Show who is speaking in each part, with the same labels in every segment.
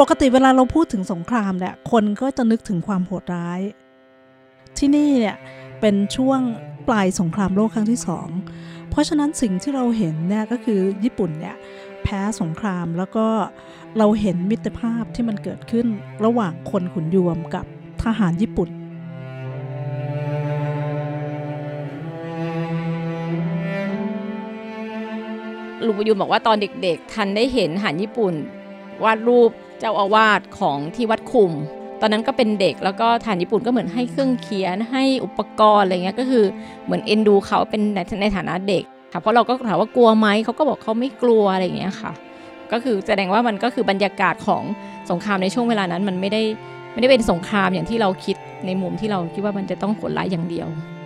Speaker 1: ปกติเวลาเราพูดถึงสงครามเนี่ยคนก็จะนึกถึงความโหดร้ายที่นี่เนี่ยเป็นช่วงปลายสงครามโลกครั้งที่2เพราะฉะนั้นสิ่งที่เราเห็นเนี่ยก็คือญี่ปุ่นเนี่ยแพ้สงครามแล้วก็เราเห็นมิตรภาพที่มันเกิดขึ้นระหว่างคนขุนยวมกับทหารญี่ปุ่น
Speaker 2: ลุงประยุนบอกว่าตอนเด็กๆทันได้เห็นทหารญี่ปุ่นวาดรูปเจ้าอาวาสของที่วัดคุมตอนนั้นก็เป็นเด็กแล้วก็ทหารญี่ปุ่นก็เหมือนให้เครื่องเขียนให้อุปกรณ์อะไรเงี้ยก็คือเหมือนเอ็นดูเขาเป็นในฐานะเด็กค่ะเพราะเราก็ถามว่ากลัวไหมเขาก็บอกเขาไม่กลัวอะไรเงี้ยค่ะก็คือแสดงว่ามันก็คือบรรยากาศของสงครามในช่วงเวลานั้นมันไม่ได้เป็นสงครามอย่างที่เราคิดในมุมที่เราคิดว่ามันจะต้องโหดร้ายอย่างเดียว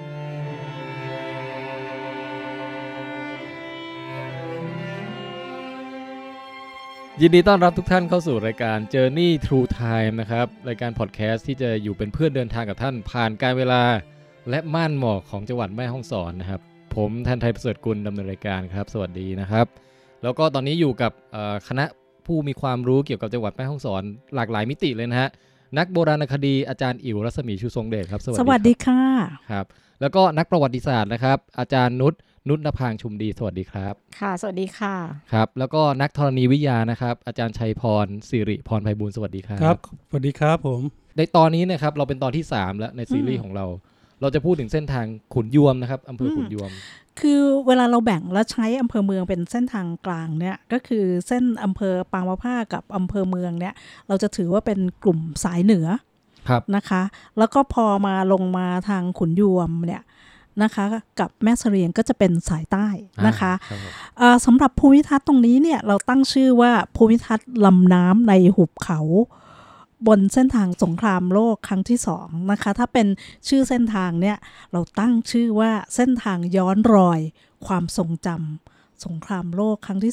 Speaker 3: ยินดีต้อนรับทุกท่านเข้าสู่รายการ Journey Through Time นะครับรายการพอดแคสต์ที่จะอยู่เป็นเพื่อนเดินทางกับท่านผ่านการเวลาและม่านหมอกของจังหวัดแม่ฮ่องสอนนะครับผมแทนไทยประเสริฐกุลดำเนินรายการครับสวัสดีนะครับแล้วก็ตอนนี้อยู่กับคณะผู้มีความรู้เกี่ยวกับจังหวัดแม่ฮ่องสอนหลากหลายมิติเลยนะฮะนักโบราณคดีอาจารย์อิ๋วรัศมีชูทรงเดชครับ
Speaker 1: สวัสดีค่ะ
Speaker 3: ครับแล้วก็นักประวัติศาสตร์นะครับอาจารย์นุชนภางชุมดีสวัสดีครับ
Speaker 2: ค่ะสวัสดีค่ะ
Speaker 3: ครับแล้วก็นักธรณีวิทยานะครับอาจารย์ชัยพรสิริพรไพบูลย์สวัสดีครับ
Speaker 4: ครับสวัสดีครับผม
Speaker 3: ในตอนนี้นะครับเราเป็นตอนที่3แล้วในซีรีส์ของเราจะพูดถึงเส้นทางขุนยวมนะครับอำเภอขุนยวม
Speaker 1: คือเวลาเราแบ่งและใช้อำเภอเมืองเป็นเส้นทางกลางเนี่ยก็คือเส้นอำเภอปางมะผ้ากับอำเภอเมืองเนี่ยเราจะถือว่าเป็นกลุ่มสายเหนือนะคะแล้วก็พอมาลงมาทางขุนยวมเนี่ยนะคะกับแม่เสลียงก็จะเป็นสายใต้นะคะสำหรับภูมิทัศน์ตรงนี้เนี่ยเราตั้งชื่อว่าภูมิทัศน์ลำน้ำในหุบเขาบนเส้นทางสงครามโลกครั้งที่2นะคะถ้าเป็นชื่อเส้นทางเนี่ยเราตั้งชื่อว่าเส้นทางย้อนรอยความทรงจำสงครามโลกครั้งที่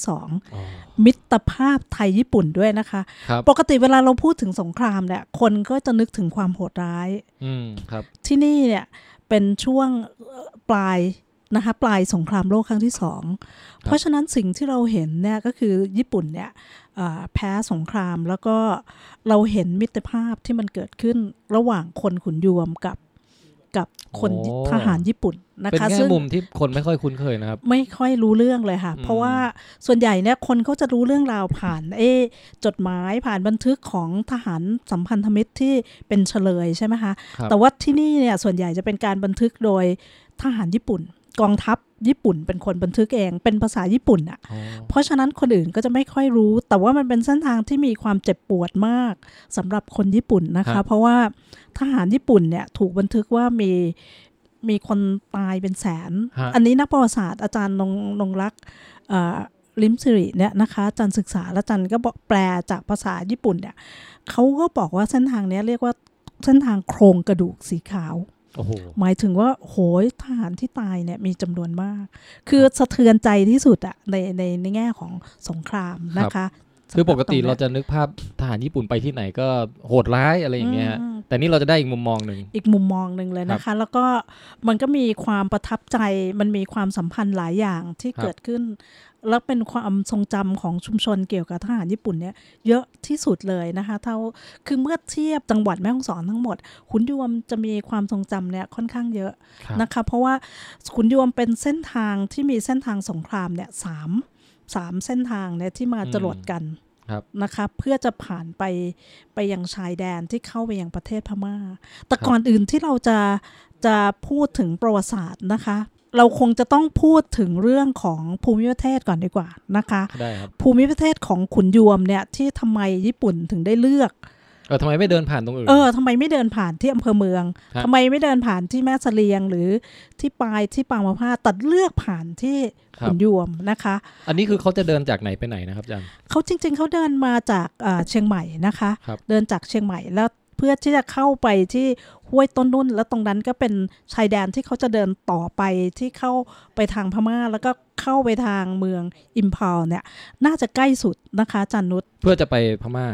Speaker 1: 2มิตรภาพไทยญี่ปุ่นด้วยนะคะปกติเวลาเราพูดถึงสงครามเนี่ยคนก็จะนึกถึงความโหดร้ายที่นี่เนี่ยเป็นช่วงปลายสงครามโลกครั้งที่2เพราะฉะนั้นสิ่งที่เราเห็นเนี่ยก็คือญี่ปุ่นเนี่ยแพ้สงครามแล้วก็เราเห็นมิตรภาพที่มันเกิดขึ้นระหว่างคนขุนยวมกับคนทหารญี่ปุ่นนะคะ
Speaker 3: เป็นแง่มุมที่คนไม่ค่อยคุ้นเคยนะครับ
Speaker 1: ไม่ค่อยรู้เรื่องเลยค่ะเพราะว่าส่วนใหญ่เนี่ยคนเขาจะรู้เรื่องราวผ่านจดหมายผ่านบันทึกของทหารสัมพันธมิตรที่เป็นเฉลยใช่ไหมคะแต่ว่าที่นี่เนี่ยส่วนใหญ่จะเป็นการบันทึกโดยทหารญี่ปุ่นกองทัพญี่ปุ่นเป็นคนบันทึกเองเป็นภาษาญี่ปุ่นอ่ะเพราะฉะนั้นคนอื่นก็จะไม่ค่อยรู้แต่ว่ามันเป็นเส้นทางที่มีความเจ็บปวดมากสำหรับคนญี่ปุ่นนะคะเพราะว่าทหารญี่ปุ่นเนี่ยถูกบันทึกว่ามีคนตายเป็นแสนอันนี้นักประวัติศาสตร์อาจารย์นงรักลิมสิริเนี่ยนะคะอาจารย์ศึกษาและอาจารย์ก็บอกแปลจากภาษาญี่ปุ่นเนี่ยเขาก็บอกว่าเส้นทางนี้เรียกว่าเส้นทางโครงกระดูกสีขาวหมายถึงว่าโหยทหารที่ตายเนี่ยมีจำนวนมากคือสะเทือนใจที่สุดอะในแง่ของสงครามนะคะ
Speaker 3: คือปกติเราจะนึกภาพทหารญี่ปุ่นไปที่ไหนก็โหดร้ายอะไรอย่างเงี้ยแต่นี่เราจะได้อีกมุมมองหนึ่ง
Speaker 1: เลยนะคะแล้วก็มันก็มีความประทับใจมันมีความสัมพันธ์หลายอย่างที่เกิดขึ้นแล้วเป็นความทรงจำของชุมชนเกี่ยวกับทหารญี่ปุ่นเนี่ยเยอะที่สุดเลยนะคะคือเมื่อเทียบจังหวัดแม่ฮ่องสอนทั้งหมดขุนยวมจะมีความทรงจำเนี่ยค่อนข้างเยอะนะคะเพราะว่าขุนยวมเป็นเส้นทางที่มีเส้นทางสงครามเนี่ย3เส้นทางเนี่ยที่มาจรดกันนะคะเพื่อจะผ่านไปยังชายแดนที่เข้าไปยังประเทศพม่าแต่ก่อนอื่นที่เราจะพูดถึงประวัติศาสตร์นะคะเราคงจะต้องพูดถึงเรื่องของภูมิประเทศก่อนดีกว่านะคะภูมิประเทศของขุนยวมเนี่ยที่ทำไมญี่ปุ่นถึงได้เลือก
Speaker 3: ทำไมไม่เดินผ่านตรงอื่น
Speaker 1: ทำไมไม่เดินผ่านที่อำเภอเมืองทำไมไม่เดินผ่านที่แม่เสลียงหรือที่ปายที่ปางมะผ้าตัดเลือกผ่านที่ขุนยวมนะคะ
Speaker 3: อันนี้คือเขาจะเดินจากไหนไปไหนนะครับอาจารย์
Speaker 1: เขาจริงๆเขาเดินมาจากเชียงใหม่นะคะเดินจากเชียงใหม่แล้วเพื่อที่จะเข้าไปที่ห้วยต้นนุ่นแล้วตรงนั้นก็เป็นชายแดนที่เขาจะเดินต่อไปที่เข้าไปทางพม่าแล้วก็เข้าไปทางเมืองอิมพาลเนี่ยน่าจะใกล้สุดนะคะจันนุช
Speaker 3: เพื่อจะไปพม่า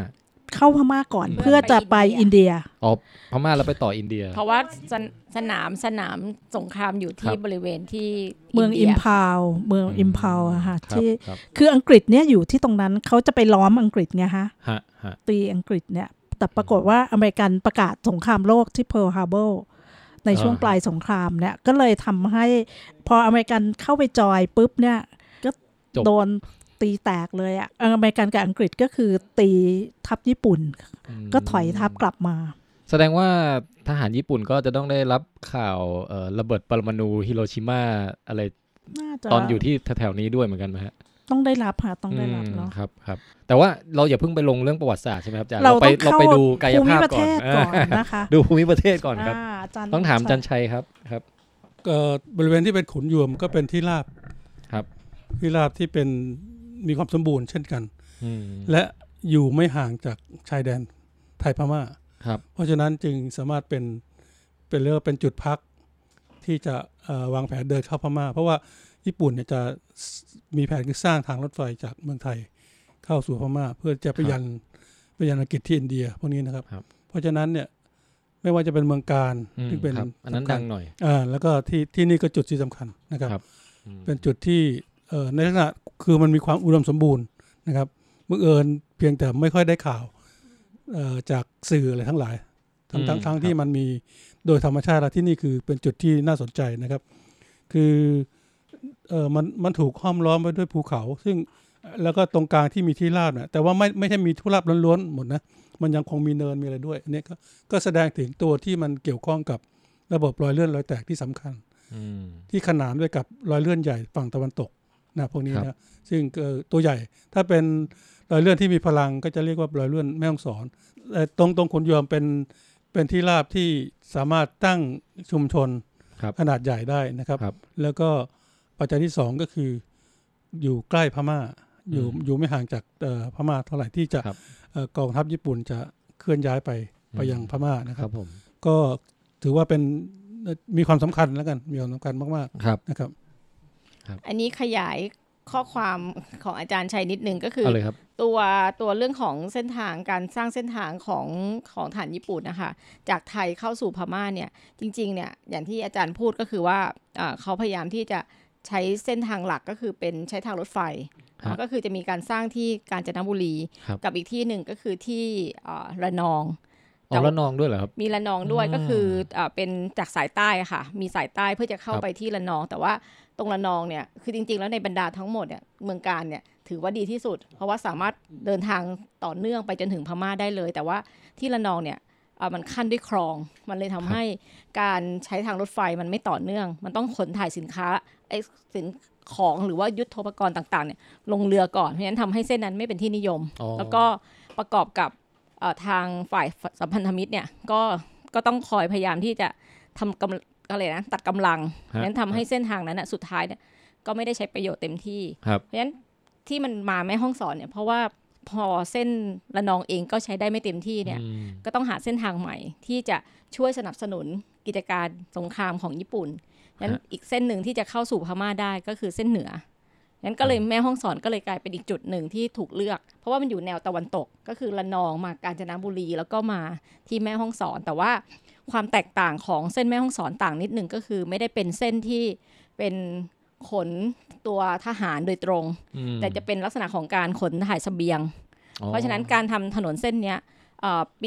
Speaker 1: เข้าพม่าก่อนเพื่อจะไปอินเดีย
Speaker 3: อ๋อพม่าแล้วไปต่ออินเดีย
Speaker 2: เพราะว่าสนามสงครามอยู่ที่บริเวณที่
Speaker 1: เมืองอิมพาลอะค่ะที่คืออังกฤษเนี่ยอยู่ที่ตรงนั้นเขาจะไปล้อมอังกฤษไงฮะตีอังกฤษเนี่ยแต่ปรากฏว่าอเมริกันประกาศสงครามโลกที่เพิร์ลฮาร์เบอร์ในช่วงปลายสงครามเนี่ยก็เลยทำให้พออเมริกันเข้าไปจอยปุ๊บเนี่ยก็โดนตีแตกเลยอ่ะอเมริกันกับอังกฤษก็คือตีทัพญี่ปุ่นก็ถอยทัพกลับมา
Speaker 3: แสดงว่าทหารญี่ปุ่นก็จะต้องได้รับข่าวระเบิดปรมาณูฮิโรชิมาอะไรตอนอยู่ที่แถวๆนี้ด้วยเหมือนกันไหมฮะ
Speaker 1: ต้องได้รับค่ะต้องได้รับเนาะ
Speaker 3: ครับแต่ว่าเราอย่าเพิ่งไปลงเรื่องประวัติศาสตร์ใช่ไหมครับอาจารย์เราไปดูกายภาพก่อน
Speaker 1: นะคะ
Speaker 3: ดูภูมิประเทศก่อนครับต้องถามอาจารย์ชัยครับ
Speaker 4: บริเวณที่เป็นขุนยวมก็เป็นที่ราบ
Speaker 3: ครับ
Speaker 4: ที่ราบที่เป็นมีความสมบูรณ์เช่นกันและอยู่ไม่ห่างจากชายแดนไทยพม่าเพราะฉะนั้นจึงสามารถเป็นเรียกว่าเป็นจุดพักที่จะวางแผนเดินเข้าพม่าเพราะว่าญี่ปุ่นเนี่ยจะมีแผนสร้างทางรถไฟจากเมืองไทยเข้าสู่พม่าเพื่อจะไปยันอังกฤษที่อินเดียพวกนี้นะครับเพราะฉะนั้นเนี่ยไม่ว่าจะเป็นเมืองการที่เป็น
Speaker 3: อันนั้นดังหน่อย
Speaker 4: แล้วก็ที่นี่ก็จุดที่สำคัญนะครับเป็นจุดที่ในลักษณะคือมันมีความอุดมสมบูรณ์นะครับบังเอิญเพียงแต่ไม่ค่อยได้ข่าวจากสื่ออะไรทั้งหลายทั้งที่มันมีโดยธรรมชาติแล้วที่นี่คือเป็นจุดที่น่าสนใจนะครับคือมันถูกห้อมล้อมไว้ด้วยภูเขาซึ่งแล้วก็ตรงกลางที่มีที่ราบนะแต่ว่าไม่ใช่มีที่ราบล้วนๆหมดนะมันยังคงมีเนินมีอะไรด้วยอันนี้ก็แสดงถึงตัวที่มันเกี่ยวข้องกับระบบรอยเลื่อนรอยแตกที่สำคัญที่ขนานด้วยกับรอยเลื่อนใหญ่ฝั่งตะวันตกนะพวกนี้นะซึ่งตัวใหญ่ถ้าเป็นรอยเลื่อนที่มีพลังก็จะเรียกว่ารอยเลื่อนแม่ฮ่องสอนตรงขุนยวมเป็นที่ราบที่สามารถตั้งชุมชนขนาดใหญ่ได้นะครับแล้วก็ปัจจัยที่2ก็คืออยู่ใกล้พม่าอยู่ไม่ห่างจากพม่าเท่าไหร่ที่จะกองทัพญี่ปุ่นจะเคลื่อนย้ายไปยังพม่านะครับก็ถือว่าเป็นมีความสำคัญแล้วกันมีความสำคัญมากๆนะครับ
Speaker 2: อันนี้ขยายข้อความของอาจารย์ชัยนิดนึงก็คือตัวเรื่องของเส้นทางการสร้างเส้นทางของฐานญี่ปุ่นนะคะจากไทยเข้าสู่พม่าเนี่ยจริงๆเนี่ยอย่างที่อาจารย์พูดก็คือว่าเขาพยายามที่จะใช้เส้นทางหลักก็คือเป็นใช้ทางรถไฟก็คือจะมีการสร้างที่กาญจนบุรีกับอีกที่หนึ่งก็คือที่ระนอง
Speaker 3: ระนองด้วยเหรอครับ
Speaker 2: มีระนองด้วยก็คือเป็นจากสายใต้ค่ะมีสายใต้เพื่อจะเข้าไปที่ระนองแต่ว่าตรงระนองเนี่ยคือจริงๆแล้วในบรรดาทั้งหมดเนี่ยเมืองการเนี่ยถือว่าดีที่สุดเพราะว่าสามารถเดินทางต่อเนื่องไปจนถึงพม่าได้เลยแต่ว่าที่ระนองเนี่ยมันขั้นด้วยคลองมันเลยทำให้การใช้ทางรถไฟมันไม่ต่อเนื่องมันต้องขนถ่ายสินค้าสินของหรือว่ายุทโธปกรณ์ต่างๆเนี่ยลงเรือก่อนเพราะฉะนั้นทำให้เส้นนั้นไม่เป็นที่นิยมแล้วก็ประกอบกับทางฝ่ายสัมพันธมิตรเนี่ยก็ต้องคอยพยายามที่จะทำอะไรนะตัดกำลังนั้นทำให้เส้นทางนั้นนะสุดท้ายเนี่ยก็ไม่ได้ใช้ประโยชน์เต็มที่เพราะฉะนั้นที่มันมาแม่ฮ่องสอนเนี่ยเพราะว่าพอเส้นระนองเองก็ใช้ได้ไม่เต็มที่เนี่ยก็ต้องหาเส้นทางใหม่ที่จะช่วยสนับสนุนกิจการสงครามของญี่ปุ่นนั้นอีกเส้นหนึ่งที่จะเข้าสู่พม่าได้ก็คือเส้นเหนือนั้นก็เลยแม่ฮ่องสอนก็เลยกลายเป็นอีกจุดหนึ่งที่ถูกเลือกเพราะว่ามันอยู่แนวตะวันตกก็คือระนองมากาญจนบุรีแล้วก็มาที่แม่ฮ่องสอนแต่ว่าความแตกต่างของเส้นแม่ฮ่องสอนต่างนิดนึงก็คือไม่ได้เป็นเส้นที่เป็นขนตัวทหารโดยตรงแต่จะเป็นลักษณะของการขนถ่ายเสบียงเพราะฉะนั้นการทำถนนเส้นนี้ปี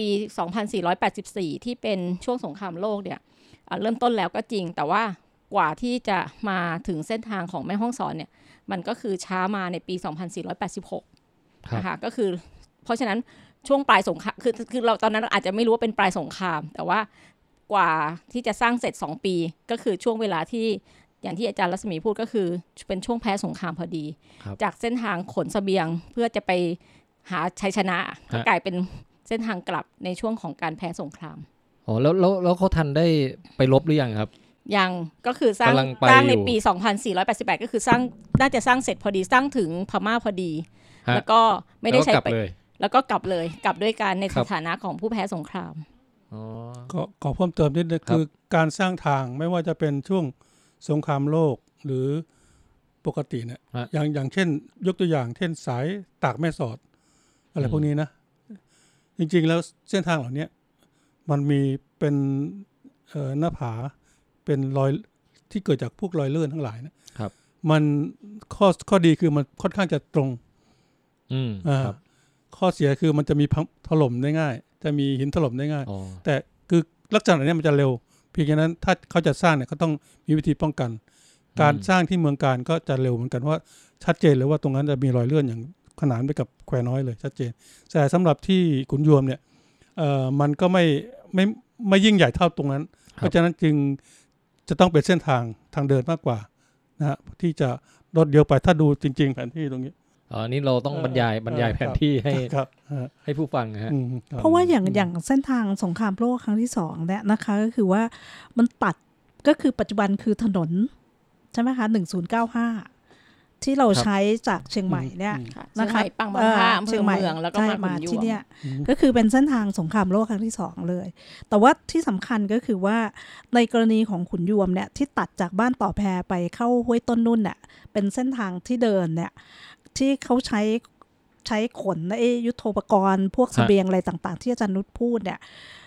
Speaker 2: 2484 ที่เป็นช่วงสงครามโลกเนี่ยเริ่มต้นแล้วก็จริงแต่ว่ากว่าที่จะมาถึงเส้นทางของแม่ฮ่องสอนเนี่ยมันก็คือช้ามาในปี 2486 นะคะก็คือเพราะฉะนั้นช่วงปลายสงครามคือเราตอนนั้นอาจจะไม่รู้ว่าเป็นปลายสงครามแต่ว่ากว่าที่จะสร้างเสร็จ2ปีก็คือช่วงเวลาที่อย่างที่อาจารย์รัศมีพูดก็คือเป็นช่วงแพ้สงครามพอดีจากเส้นทางขนเสบียงเพื่อจะไปหาชัยชนะก็กลายเป็นเส้นทางกลับในช่วงของการแพ้สงคราม
Speaker 3: แล้วเขาทันได้ไปรบหรือยังครับ
Speaker 2: ยังก็คือสร้างในปี 2488 ก็คือสร้างน่าจะสร้างเสร็จพอดีสร้างถึงพม่าพอดีแล้วก็ไม่ได้ใช้ไปแล้วก็กลับด้วยการในสถานะของผู้แพ้สงคราม
Speaker 4: ก็ขอเพิ่มเติมนิดนึงคือการสร้างทางไม่ว่าจะเป็นช่วงสงครามโลกหรือปกติเนี่ยอย่างเช่นยกตัวอย่างเช่นสายตากแม่สอดอะไรพวกนี้นะจริงๆแล้วเส้นทางเหล่านี้มันมีเป็นหน้าผาเป็นรอยที่เกิดจากพวกรอยเลื่อนทั้งหลายนะครับมันข้อดีคือมันค่อนข้างจะตรง
Speaker 3: ครับ
Speaker 4: ข้อเสียคือมันจะมีถล่มได้ง่ายจะมีหินถล่มได้ง่ายแต่คือลักษณะนี้มันจะเร็วเพียงแค่นั้นถ้าเขาจะสร้างเนี่ยเขาต้องมีวิธีป้องกันการสร้างที่เมืองการก็จะเร็วเหมือนกันว่าชัดเจนเลยว่าตรงนั้นจะมีรอยเลื่อนอย่างขนานไปกับแควน้อยเลยชัดเจนแต่สำหรับที่ขุนยวมเนี่ยมันก็ไม่ยิ่งใหญ่เท่าตรงนั้นเพราะฉะนั้นจึงจะต้องเป็นเส้นทางเดินมากกว่านะฮะที่จะรถเดียวไปถ้าดูจริงๆแผนที่ตรงนี้
Speaker 3: นี่เราต้องบรรยายแผนที่ให้ผู้ฟังฮะ
Speaker 1: เพราะว่าอย่างเส้นทางสงครามโลกครั้งที่2เนี่ยนะคะก็คือว่ามันตัดก็คือปัจจุบันคือถนนใช่ไหมคะ1095ที่เราใช้จากเชียงใหม่เนี่ย
Speaker 2: นะคะปังบางพาอำเภอเมืองแล้วก็มาที่เนี่ย
Speaker 1: ก็คือเป็นเส้นทางสงครามโลกครั้งที่2เลยแต่ว่าที่สำคัญก็คือว่าในกรณีของขุนยวมเนี่ยที่ตัดจากบ้านต่อแพไปเข้าห้วยต้นนุ่นเนี่ยเป็นเส้นทางที่เดินเนี่ยที่เขาใช้ขนยุทโธปกรณ์พวกเสบียงอะไรต่างๆที่อาจารย์นุชพูดเนี่ย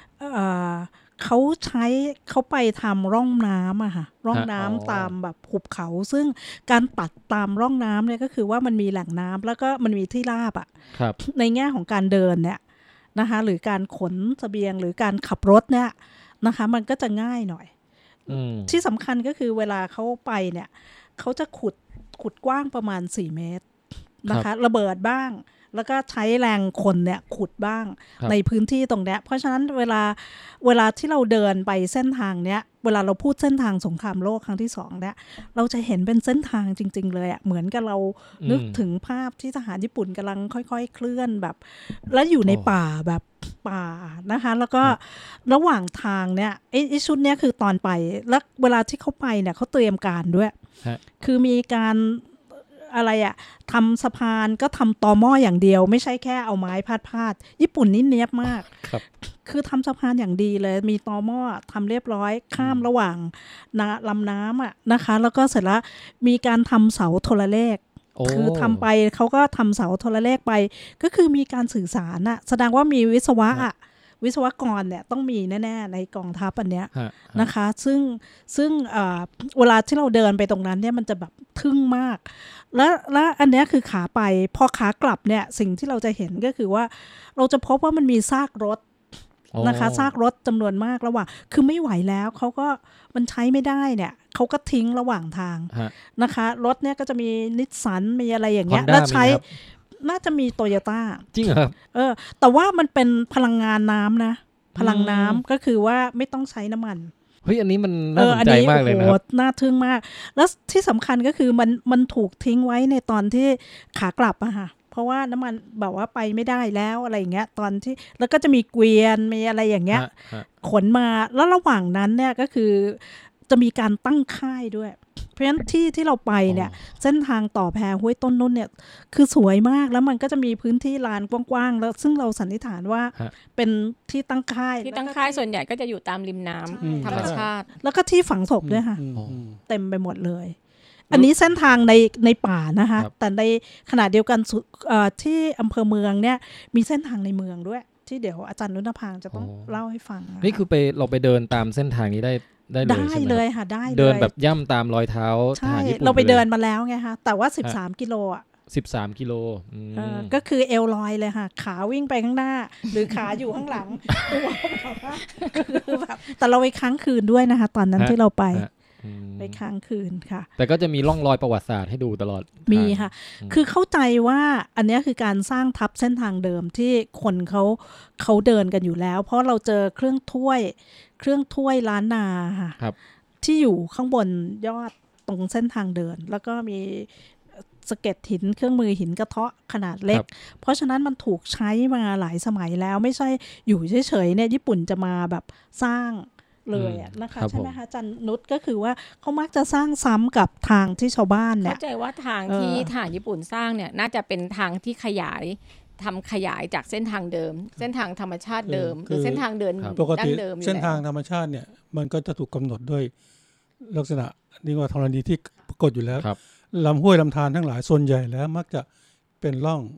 Speaker 1: เขาไปทำร่องน้ำอะค่ะร่องน้ำตามแบบหุบเขาซึ่งการตัดตามร่องน้ำเนี่ยก็คือว่ามันมีแหล่งน้ำแล้วก็มันมีที่ราบอะในแง่ของการเดินเนี่ยนะคะหรือการขนเสบียงหรือการขับรถเนี่ยนะคะมันก็จะง่ายหน่อยที่สำคัญก็คือเวลาเขาไปเนี่ยเขาจะขุดกว้างประมาณ4 เมตรนะคะระเบิดบ้างแล้วก็ใช้แรงคนเนี่ยขุดบ้างในพื้นที่ตรงเนี้ยเพราะฉะนั้นเวลาที่เราเดินไปเส้นทางเนี้ยเวลาเราพูดเส้นทางสงครามโลกครั้งที่2เนี่ยเราจะเห็นเป็นเส้นทางจริงๆเลยอ่ะเหมือนกับเรานึกถึงภาพที่ทหารญี่ปุ่นกำลังค่อยๆเคลื่อนแบบแล้วอยู่ในป่าแบบป่านะคะแล้วก็ระหว่างทางเนี่ยไอ้ชุดเนี้ยคือตอนไปแล้วเวลาที่เขาไปเนี่ยเขาเตรียมการด้วยคือมีการอะไรอะทำสะพานก็ทำตอหม้ออย่างเดียวไม่ใช่แค่เอาไม้พาดญี่ปุ่นนี่เนียบมากคือทำสะพานอย่างดีเลยมีตอหม้อทำเรียบร้อยข้ามระหว่างลำน้ำอะนะคะแล้วก็เสร็จแล้วมีการทำเสาโทรเลขคือทำไปเขาก็ทำเสาโทรเลขไปก็คือมีการสื่อสารอะแสดงว่ามีวิศวกรเนี่ยต้องมีแน่ๆในกองทัพอันเนี้ยนะคะซึ่งเวลาที่เราเดินไปตรงนั้นเนี่ยมันจะแบบทึ่งมากแล้วอันเนี้ยคือขาไปพอขากลับเนี่ยสิ่งที่เราจะเห็นก็คือว่าเราจะพบว่ามันมีซากรถนะคะซากรถจำนวนมากระหว่างคือไม่ไหวแล้วเขาก็มันใช้ไม่ได้เนี่ยเขาก็ทิ้งระหว่างทางนะคะรถเนี่ยก็จะมีนิสสันมีอะไรอย่างเงี้ยแล้วใช้น่าจะมีโตโยต้า
Speaker 3: จริงเหรอครับ
Speaker 1: แต่ว่ามันเป็นพลังงานน้ำนะพลังน้ำก็คือว่าไม่ต้องใช้น้ำมัน
Speaker 3: เฮ้ยอันนี้มันน่าสนใจมากเลยนะครับ
Speaker 1: น่าทึ่งมากแล้วที่สำคัญก็คือมันถูกทิ้งไว้ในตอนที่ขากลับอะค่ะเพราะว่าน้ำมันแบบว่าไปไม่ได้แล้วอะไรอย่างเงี้ยตอนที่แล้วก็จะมีเกวียนมีอะไรอย่างเงี้ยขนมาแล้วระหว่างนั้นเนี่ยก็คือจะมีการตั้งค่ายด้วยเพราะฉะนั้นที่เราไปเนี่ยเส้นทางต่อแพห้วยต้นนุ่นเนี่ยคือสวยมากแล้วมันก็จะมีพื้นที่ลานกว้างๆแล้วซึ่งเราสันนิษฐานว่าเป็นที่ตั้งค่าย
Speaker 2: ส่วนใหญ่ก็จะอยู่ตามริมน้ำธรรมชาติ
Speaker 1: แล้วก็ที่ฝังศพด้วยค่ะเต็มไปหมดเลยอันนี้เส้นทางในป่านะคะแต่ในขณะเดียวกันที่อำเภอเมืองเนี่ยมีเส้นทางในเมืองด้วยที่เดี๋ยวอาจารย์นุชพางจะต้องเล่าให้ฟัง
Speaker 3: นี่คือเราไปเดินตามเส้นทางนี้ได้
Speaker 1: เลยค่ะได้เลย
Speaker 3: เดินแบบย่ำตามรอยเท้าทหารญี่ปุ่น
Speaker 1: เราไปเดินมาแล้วไงคะแต่ว่า13 กิโลอ่ะ
Speaker 3: 13 กิโล
Speaker 1: ก็คือเอวลอยเลยค่ะขาวิ่งไปข้างหน้าหรือขาอยู่ข้างหลังตัวแบบแต่เราไปค้างคืนด้วยนะคะตอนนั้นที่เราไปค้างคืนค่ะ
Speaker 3: แต่ก็จะมีร่องรอยประวัติศาสตร์ให้ดูตลอด
Speaker 1: มีค่ะคือเข้าใจว่าอันนี้คือการสร้างทับเส้นทางเดิมที่คนเขาเดินกันอยู่แล้วเพราะเราเจอเครื่องถ้วยล้านนาค่ะที่อยู่ข้างบนยอดตรงเส้นทางเดินแล้วก็มีสะเก็ดหินเครื่องมือหินกระเทาะขนาดเล็กเพราะฉะนั้นมันถูกใช้มาหลายสมัยแล้วไม่ใช่อยู่เฉยๆเนี่ยญี่ปุ่นจะมาแบบสร้างเลยนะคะใช่ไหมคะจันนุชก็คือว่าเขามักจะสร้างซ้ำกับทางที่ชาวบ้านเนี่ย
Speaker 2: เข้าใจว่าทางที่ทหารญี่ปุ่นสร้างเนี่ยน่าจะเป็นทางที่ขยายจากเส้นทางเดิมเส้นทางธรรมชาติเดิมคือเส้นทางเดิน
Speaker 4: ปกติเส้นทางธรรมชาติเนี่ยมันก็จะถูกกำหนดด้วยลักษณะนี่ว่าธรณีที่ปรากฏอยู่แล้วลำห้วยลำธารทั้งหลายส่วนใหญ่แล้วมักจะเป็นร่องท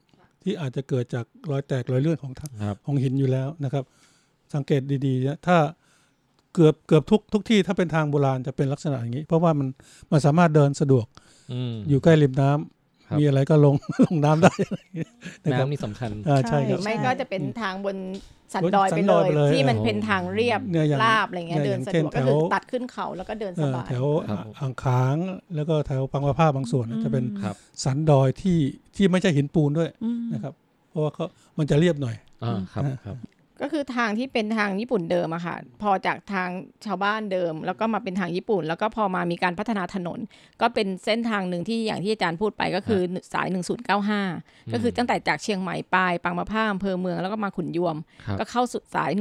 Speaker 4: ที่อาจจะเกิดจากรอยแตกรอยเลื่อนของหินอยู่แล้วนะครับสังเกตดีๆนะถ้าเกือบทุกที่ถ้าเป็นทางโบราณจะเป็นลักษณะอย่างนี้เพราะว่ามันสามารถเดินสะดวกอยู่ใกล้ริมน้ำมีอะไรก็ลงน้ำได้
Speaker 3: น้ำนี่สำคัญ
Speaker 4: ใช่ครับ
Speaker 2: ไม่ก็จะเป็นทางบนสันดอยไปเลยที่มันเป็นทางเรียบราบอะไรเงี้ยเดินสะดวกก็คือตัดขึ้นเขาแล้วก็เดินสบาย
Speaker 4: แถวอ่างขางแล้วก็แถวปังวาภาบางส่วนจะเป็นสันดอยที่ไม่ใช่หินปูนด้วยนะครับเพราะว่ามันจะเรียบหน่อย
Speaker 3: ครับ
Speaker 2: ก็คือทางที่เป็นทางญี่ปุ่นเดิมอะค่ะพอจากทางชาวบ้านเดิมแล้วก็มาเป็นทางญี่ปุ่นแล้วก็พอมามีการพัฒนาถนนก็เป็นเส้นทางหนึ่งที่อย่างที่อาจารย์พูดไปก็คือสาย1095ก็คือตั้งแต่จากเชียงใหม่ปลายปังมะพร้าวอำเภอเมืองแล้วก็มาขุนยวมก็เข้าสุดสาย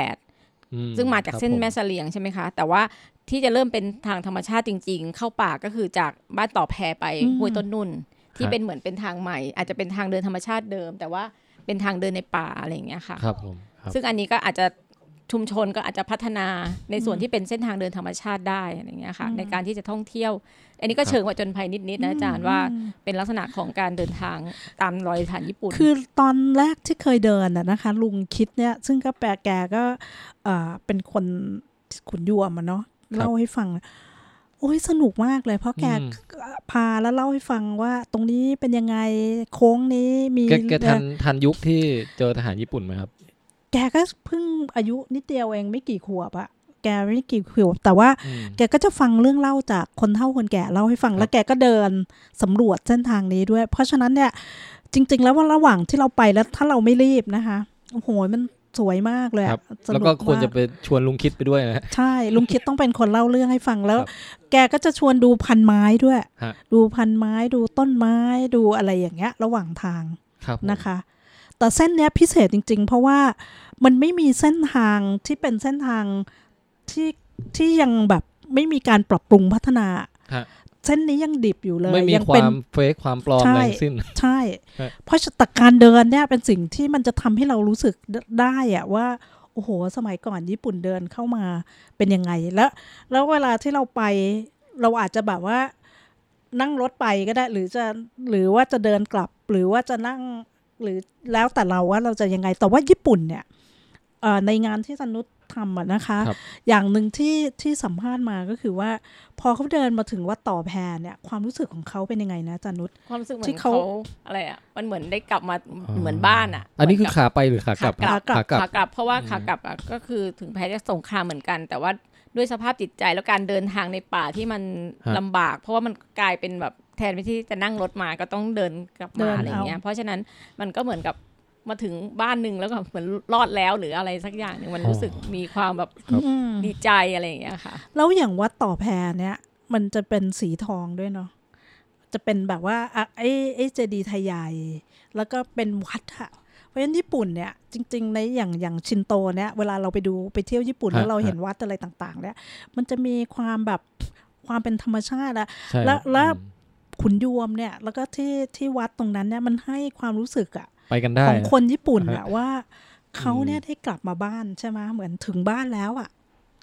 Speaker 2: 108ซึ่งมาจากเส้นแม่เสลียงใช่ไหมคะแต่ว่าที่จะเริ่มเป็นทางธรรมชาติจริงๆเข้าป่าก็คือจากบ้านต่อแพไปห้วยต้นนุ่นที่เป็นเหมือนเป็นทางใหม่อาจจะเป็นทางเดินธรรมชาติเดิมแต่ว่าเป็นทางเดินในป่าอะไรอย่างเงี้ยค่ะ
Speaker 3: ครับผม
Speaker 2: ซึ่งอันนี้ก็อาจจะชุมชนก็อาจจะพัฒนาในส่วนที่เป็นเส้นทางเดินธรรมชาติได้อะไรอย่างเงี้ยค่ะในการที่จะท่องเที่ยวอันนี้ก็เชิงว่าจนภัยนิดๆนะอาจารย์ว่าเป็นลักษณะของการเดินทางตามรอยฐานญี่ปุ่น
Speaker 1: คือตอนแรกที่เคยเดินนะคะลุงคิดเนี่ยซึ่งก็แกก็เป็นคนขุนยวมเนาะเล่าให้ฟังโอ้ยสนุกมากเลยเพราะแกพาแล้วเล่าให้ฟังว่าตรงนี้เป็นยังไงโค้งนี้มี
Speaker 3: แกทันยุคที่เจอทหารญี่ปุ่นไหมครับ
Speaker 1: แกก็เพิ่งอายุนิดเดียวเองไม่กี่ขวบอะแกไม่กี่ขวบแต่ว่าแกก็จะฟังเรื่องเล่าจากคนเฒ่าคนแก่เล่าให้ฟังแล้วแกก็เดินสำรวจเส้นทางนี้ด้วยเพราะฉะนั้นเนี่ยจริงๆแล้วว่าระหว่างที่เราไปแล้วถ้าเราไม่รีบนะคะโอ้โหมันสวยมากเลย
Speaker 3: แล้วก็ควรจะไปชวนลุงคิดไปด้วยนะ
Speaker 1: ใช่ลุงคิดต้องเป็นคนเล่าเรื่องให้ฟังแล้วแกก็จะชวนดูพันไม้ด้วยดูพันไม้ดูต้นไม้ดูอะไรอย่างเงี้ยระหว่างทางนะคะแต่เส้นเนี้ยพิเศษจริงๆเพราะว่ามันไม่มีเส้นทางที่เป็นเส้นทางที่ยังแบบไม่มีการปรับปรุงพัฒนาเส้นนี้ยังดิบอยู่เลย
Speaker 3: ไม่มีความเฟกความปลอมอะไรสิ้น
Speaker 1: ใช่เพราะแต่การเดินเนี่ยเป็นสิ่งที่มันจะทำให้เรารู้สึกได้อะว่าโอ้โหสมัยก่อนญี่ปุ่นเดินเข้ามาเป็นยังไงแล้วเวลาที่เราไปเราอาจจะแบบว่านั่งรถไปก็ได้หรือว่าจะเดินกลับหรือว่าจะนั่งหรือแล้วแต่เราว่าเราจะยังไงแต่ว่าญี่ปุ่นเนี่ยในงานที่สนุชทำนะคะอย่างหนึ่งที่สัมภาษณ์มาก็คือว่าพอเขาเดินมาถึงวัดต่อแพเนี่ยความรู้สึกของเขาเป็นยังไงนะจันนุช
Speaker 2: ความรู้สึกเหมือนเขาอะไรอ่ะมันเหมือนได้กลับมาเหมือนบ้านอ่ะ
Speaker 3: อันนี้คือขาไปหรือขากลับ
Speaker 2: ขากลับเพราะว่าขากลับก็คือถึงแพ้จะสงครามเหมือนกันแต่ว่าด้วยสภาพจิตใจแล้วการเดินทางในป่าที่มันลำบากเพราะว่ามันกลายเป็นแบบแทนที่จะนั่งรถมาก็ต้องเดินกลับมาอะไรอย่างเงี้ยเพราะฉะนั้นมันก็เหมือนกับมาถึงบ้านนึงแล้วก็เหมือนรอดแล้วหรืออะไรสักอย่างนึงมันรู้สึกมีความแบบดีใจอะไรอย่างเงี้ยค่ะ
Speaker 1: แล้วอย่างวัดต่อแพเนี่ยมันจะเป็นสีทองด้วยเนาะจะเป็นแบบว่าไอ้เจดีย์ไทยใหญ่แล้วก็เป็นวัดอะเพราะฉะนั้นญี่ปุ่นเนี่ยจริงๆในอย่างชินโตเนี่ยเวลาเราไปเที่ยวญี่ปุ่นแล้วเราเห็นวัดอะไรต่างๆเนี่ยมันจะมีความแบบความเป็นธรรมชาติแล้วขุนยวมเนี่ยแล้วก็ที่วัดตรงนั้นเนี่ยมันให้ความรู้สึกอะ
Speaker 3: ไปกันได้
Speaker 1: ของคนญี่ปุ่นอะว่าเขาเนี่ยได้กลับมาบ้านใช่ไหมเหมือนถึงบ้านแล้วอะ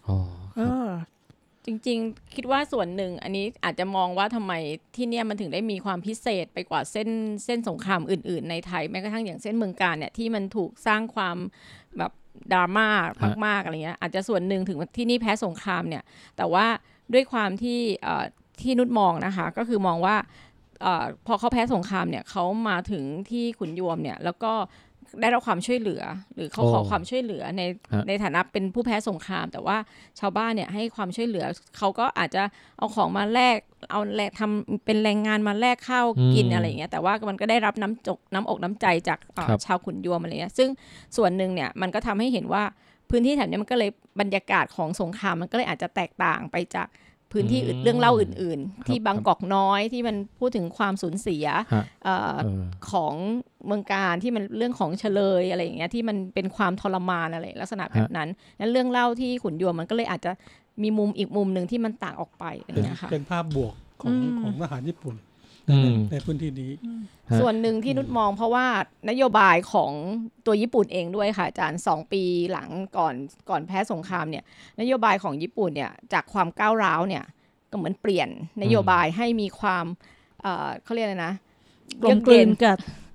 Speaker 2: จริงๆคิดว่าส่วนหนึ่งอันนี้อาจจะมองว่าทำไมที่เนี่ยมันถึงได้มีความพิเศษไปกว่าเส้นสงครามอื่นๆในไทยแม้กระทั่งอย่างเส้นเมืองกาญเนี่ยที่มันถูกสร้างความแบบดราม่ามากๆอะไรเงี้ยอาจจะส่วนหนึ่งถึงที่นี่แพ้สงครามเนี่ยแต่ว่าด้วยความที่นุชมองนะคะก็คือมองว่าพอเขาแพ้สงครามเนี่ยเขามาถึงที่ขุนยวมเนี่ยแล้วก็ได้รับความช่วยเหลือหรือเขาขอความช่วยเหลือในฐานะเป็นผู้แพ้สงครามแต่ว่าชาวบ้านเนี่ยให้ความช่วยเหลือเขาก็อาจจะเอาของมาแลกเอาทำเป็นแรงงานมาแลกข้าวกินอะไรอย่างเงี้ยแต่ว่ามันก็ได้รับน้ำอกน้ำใจจากชาวขุนยวมอะไรเงี้ยซึ่งส่วนหนึ่งเนี่ยมันก็ทำให้เห็นว่าพื้นที่แถบนี้มันก็เลยบรรยากาศของสงครามมันก็เลยอาจจะแตกต่างไปจากพื้นที่เรื่องเล่าอื่นๆที่บางกอกน้อยที่มันพูดถึงความสูญเสียของเมืองการที่มันเรื่องของเฉลยอะไรอย่างเงี้ยที่มันเป็นความทรมานอะไรลักษณะแบบนั้นนั้นเรื่องเล่าที่ขุนยวมมันก็เลยอาจจะมีมุมอีกมุมนึงที่มันต่างออกไปอย่างเงี้ยค่ะ
Speaker 4: เป็นภาพบวกของทหารญี่ปุ่นในพื้นที่นี้
Speaker 2: ส่วนหนึ่งที่นุชมองเพราะว่านโยบายของตัวญี่ปุ่นเองด้วยค่ะอาจารย์2 ปีหลังก่อนแพ้สงครามเนี่ยนโยบายของญี่ปุ่นเนี่ยจากความก้าวร้าวเนี่ยก็เหมือนเปลี่ยนนโยบายให้มีความเขาเรียกอะไรนะ
Speaker 1: กลมกลืนกับ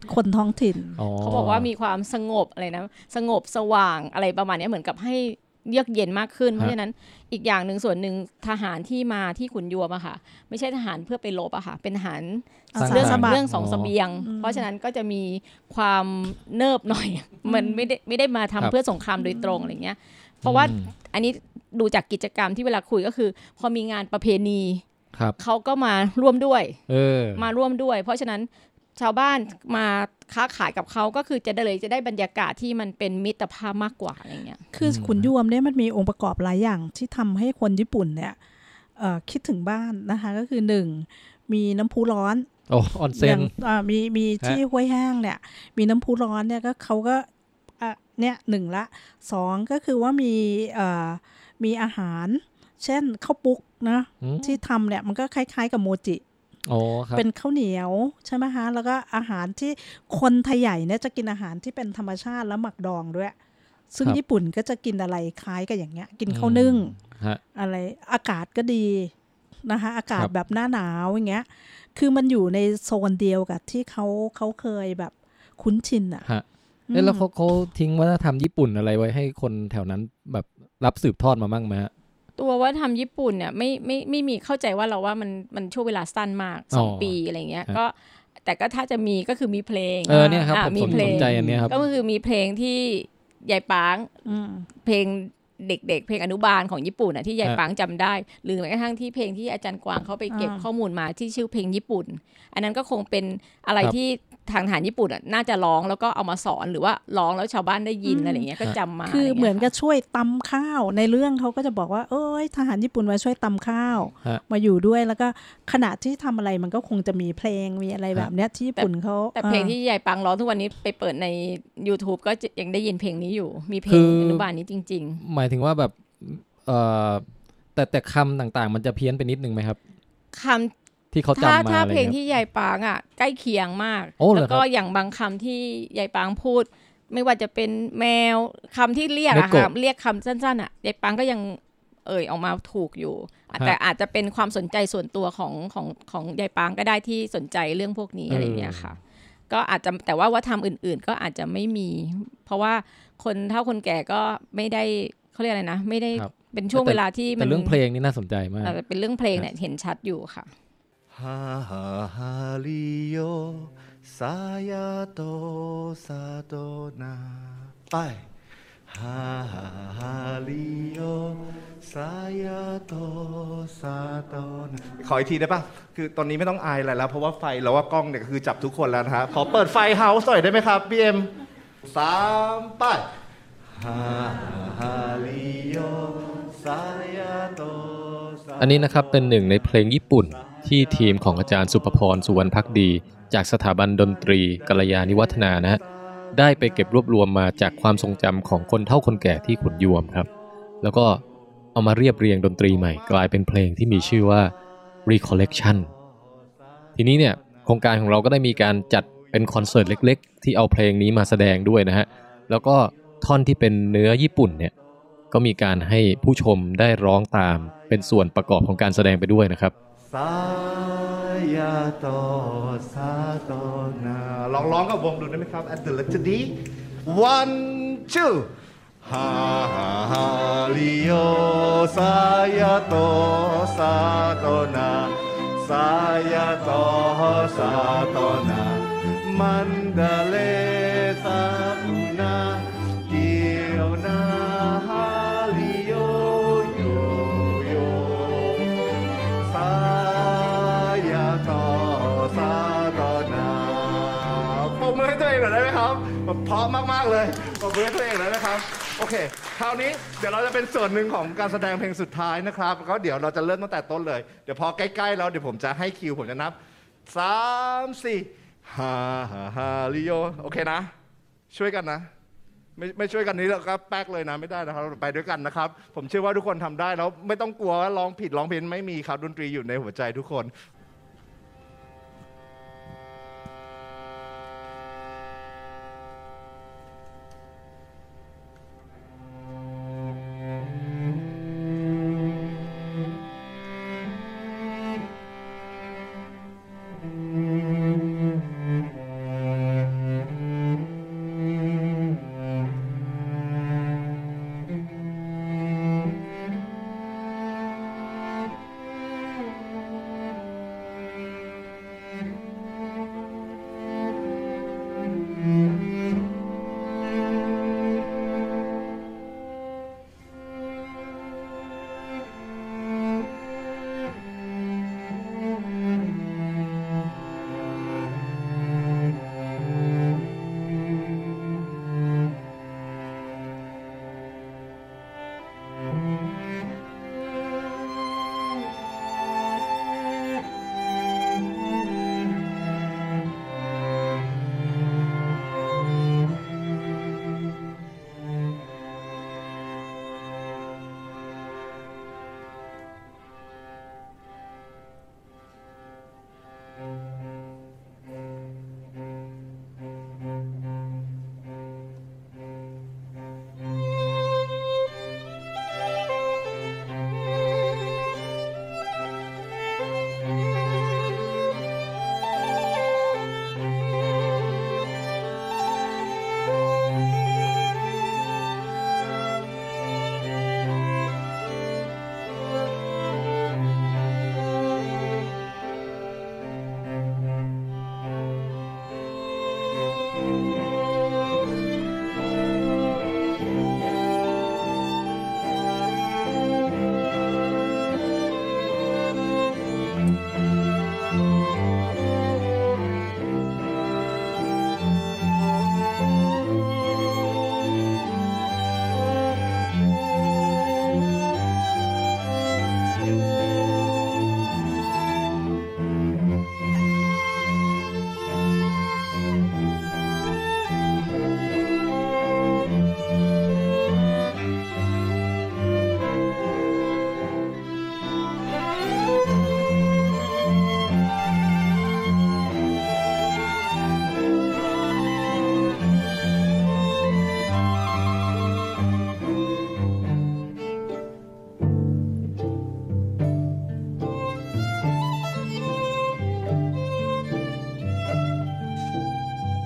Speaker 1: คนท้องถิ่น
Speaker 2: เขาบอกว่ามีความสงบอะไรนะสงบสว่างอะไรประมาณนี้เหมือนกับให้เยือกเย็นมากขึ้นเพราะฉะนั้นอีกอย่างหนึ่งส่วนหนึ่งทหารที่มาที่ขุนยวมอะค่ะไม่ใช่ทหารเพื่อไปรบอะค่ะเป็นทหารเรื่องสองเสบียงเพราะฉะนั้นก็จะมีความเนิบหน่อยมันไม่ได้มาทำเพื่อสงครามโดยตรงอะไรเงี้ยเพราะว่าอันนี้ดูจากกิจกรรมที่เวลาคุยก็คือพอมีงานประเพณีเขาก็มาร่วมด้วยมาร่วมด้วยเพราะฉะนั้นชาวบ้านมาค้าขายกับเขาก็คือจะได้บรรยากาศที่มันเป็นมิตรภาพมากกว่าอะไรเงี้ย
Speaker 1: คือขุนยวมเนี่ยมันมีองค์ประกอบหลายอย่างที่ทำให้คนญี่ปุ่นเนี่ยคิดถึงบ้านนะคะก็คือ1มีน้ำพุร้อน
Speaker 3: ออนเซ็น
Speaker 1: มีที่ห้วยแห้งเนี่ยมีน้ำพุร้อนเนี่ยก็เขาก็เนี่ย1ละ2ก็คือว่ามีอาหารเช่นข้าวปุ๊กนะที่ทำเนี่ยมันก็คล้ายๆกับโมจิเป็นข้าวเหนียวใช่ไหมคะแล้วก็อาหารที่คนไทยใหญ่เนี่ยจะกินอาหารที่เป็นธรรมชาติแล้วหมักดองด้วยซึ่งญี่ปุ่นก็จะกินอะไรคล้ายกับอย่างเงี้ยกินข้าวนึ่งอะไรอากาศก็ดีนะคะอากาศแบบหน้าหนาวอย่างเงี้ยคือมันอยู่ในโซนเดียวกับที่เขาเคยแบบคุ้นชินอ่ะ
Speaker 3: แล้วเขาทิ้งวัฒนธรรมญี่ปุ่นอะไรไว้ให้คนแถวนั้นแบบรับสืบทอดมาบ้างไหม
Speaker 2: ตัววัฒนธรรมญี่ปุ่นเนี่ยไม่มีเข้าใจว่าเราว่ามันช่วงเวลาสั้นมาก2 ปีอะไรเงี้ยก็แต่ก็ถ้าจะมีก็คือมีเพลง
Speaker 3: เนี่ยครับผมสนใจอันนี้ครับ
Speaker 2: ก็คือมีเพลงที่ยายปางเพลงเด็กๆเพลงอนุบาลของญี่ปุ่นที่ยายปางจำได้หรือแม้กระทั่งที่เพลงที่อาจารย์กวางเขาไปเก็บข้อมูลมาที่ชื่อเพลงญี่ปุ่นอันนั้นก็คงเป็นอะไรที่ทางทหารญี่ปุ่นน่าจะร้องแล้วก็เอามาสอนหรือว่าร้องแล้วชาวบ้านได้ยินอะไรอย่างเงี้ยก็จำมา
Speaker 1: คือเหมือนกับช่วยตำข้าวในเรื่องเขาก็จะบอกว่าเอ้ยทหารญี่ปุ่นมาช่วยตำข้าวมาอยู่ด้วยแล้วก็ขณะที่ทำอะไรมันก็คงจะมีเพลงมีอะไรแบบเนี้ยที่ญี่ปุ่นเขา
Speaker 2: แต่เพลงที่ยายปังร้องทุกวันนี้ไปเปิดใน YouTube ก็ยังได้ยินเพลงนี้อยู่มีเพลงอนุบาลนี้จริง
Speaker 3: ๆหมายถึงว่าแบบแต่คำต่างๆมันจะเพี้ยนไปนิดนึงไหมครับ
Speaker 2: คำ
Speaker 3: ที่เขาจำมา
Speaker 2: ถ้าเพลงที่ยายปางใกล้เคียงมากแล้วก็อย่างบางคำที่ยายปางพูดไม่ว่าจะเป็นแมวคำที่เรียกค่ะเรียกคำสั้นๆยายปางก็ยังออกมาถูกอยู่แต่อาจจะเป็นความสนใจส่วนตัวของยายปางก็ได้ที่สนใจเรื่องพวกนี้อะไรเงี้ยค่ะก็อาจจะแต่ว่าวัฒนธรรมอื่นๆก็อาจจะไม่มีเพราะว่าคนเฒ่าคนแก่ก็ไม่ได้เขาเรียกอะไรนะไม่ได้เป็นช่วงเวลาที่
Speaker 3: มันเรื่องเพลงนี่น่าสนใจมาก
Speaker 2: เป็นเรื่องเพลงเนี่ยเห็นชัดอยู่ค่ะ
Speaker 5: ははりよさやとさとなไปははりよさやとさとなขออีกทีได้ป่ะคือตอนนี้ไม่ต้องอายอะไรแล้วเพราะว่าไฟแล้วว่ากล้องเนี่ยคือจับทุกคนแล้วนะฮะขอเปิดไฟเฮาส์หน่อยได้ไหมครับพี่เอ็ม3ไปははりよさやと
Speaker 3: อันนี้นะครับเป็นหนึ่งในเพลงญี่ปุ่นที่ทีมของอาจารย์สุภพรสุวรรณภักดีจากสถาบันดนตรีกัลยาณิวัฒนานะฮะได้ไปเก็บรวบรวมมาจากความทรงจำของคนเฒ่าคนแก่ที่ขุนยวมครับแล้วก็เอามาเรียบเรียงดนตรีใหม่กลายเป็นเพลงที่มีชื่อว่า Recollection ทีนี้เนี่ยโครงการของเราก็ได้มีการจัดเป็นคอนเสิร์ตเล็กๆที่เอาเพลงนี้มาแสดงด้วยนะฮะแล้วก็ท่อนที่เป็นเนื้อญี่ปุ่นเนี่ยก็มีการให้ผู้ชมได้ร้องตามเป็นส่วนประกอบของการแสดงไปด้วยนะครับ
Speaker 5: さやとさとなร้องกับวงดูได้ไหมครับ at the letter D 1 2ははりよさやとさとなさやとさとなมันดาเลซาอุนาเกียวนาฮาริโยโยโยซายาโตซาโตนาปรบมือให้ตัวเองหน่อยได้ไหมครับเพราะมากๆเลยปรบมือให้ตัวเองหน่อยนะครับโอเคคราวนี้เดี๋ยวเราจะเป็นส่วนหนึ่งของการแสดงเพลงสุดท้ายนะครับแล้วก็เดี๋ยวเราจะเริ่มตั้งแต่ต้นเลยเดี๋ยวพอใกล้ๆแล้วเดี๋ยวผมจะให้คิวผมจะนับ3 4ฮาฮาลิโยโอเคนะช่วยกันนะไม่ช่วยกันนี้เราก็แป๊กเลยนะไม่ได้นะครับไปด้วยกันนะครับผมเชื่อว่าทุกคนทำได้แล้วไม่ต้องกลัวว่าร้องผิดร้องเพี้ยนไม่มีครับดนตรีอยู่ในหัวใจทุกคน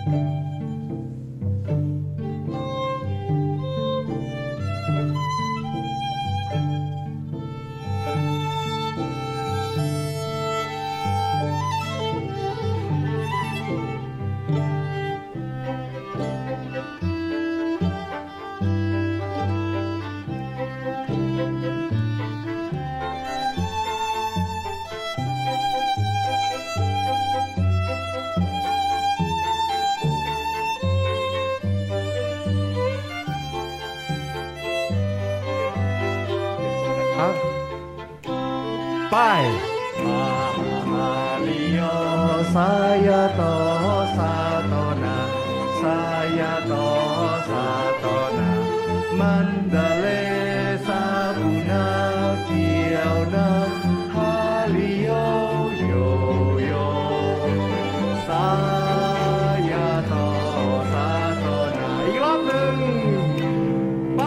Speaker 5: ไปMahalio saya to satona saya to satona mandale sabuna kiauna halio yo yo saya to satona อีกรอบหนึ่งไป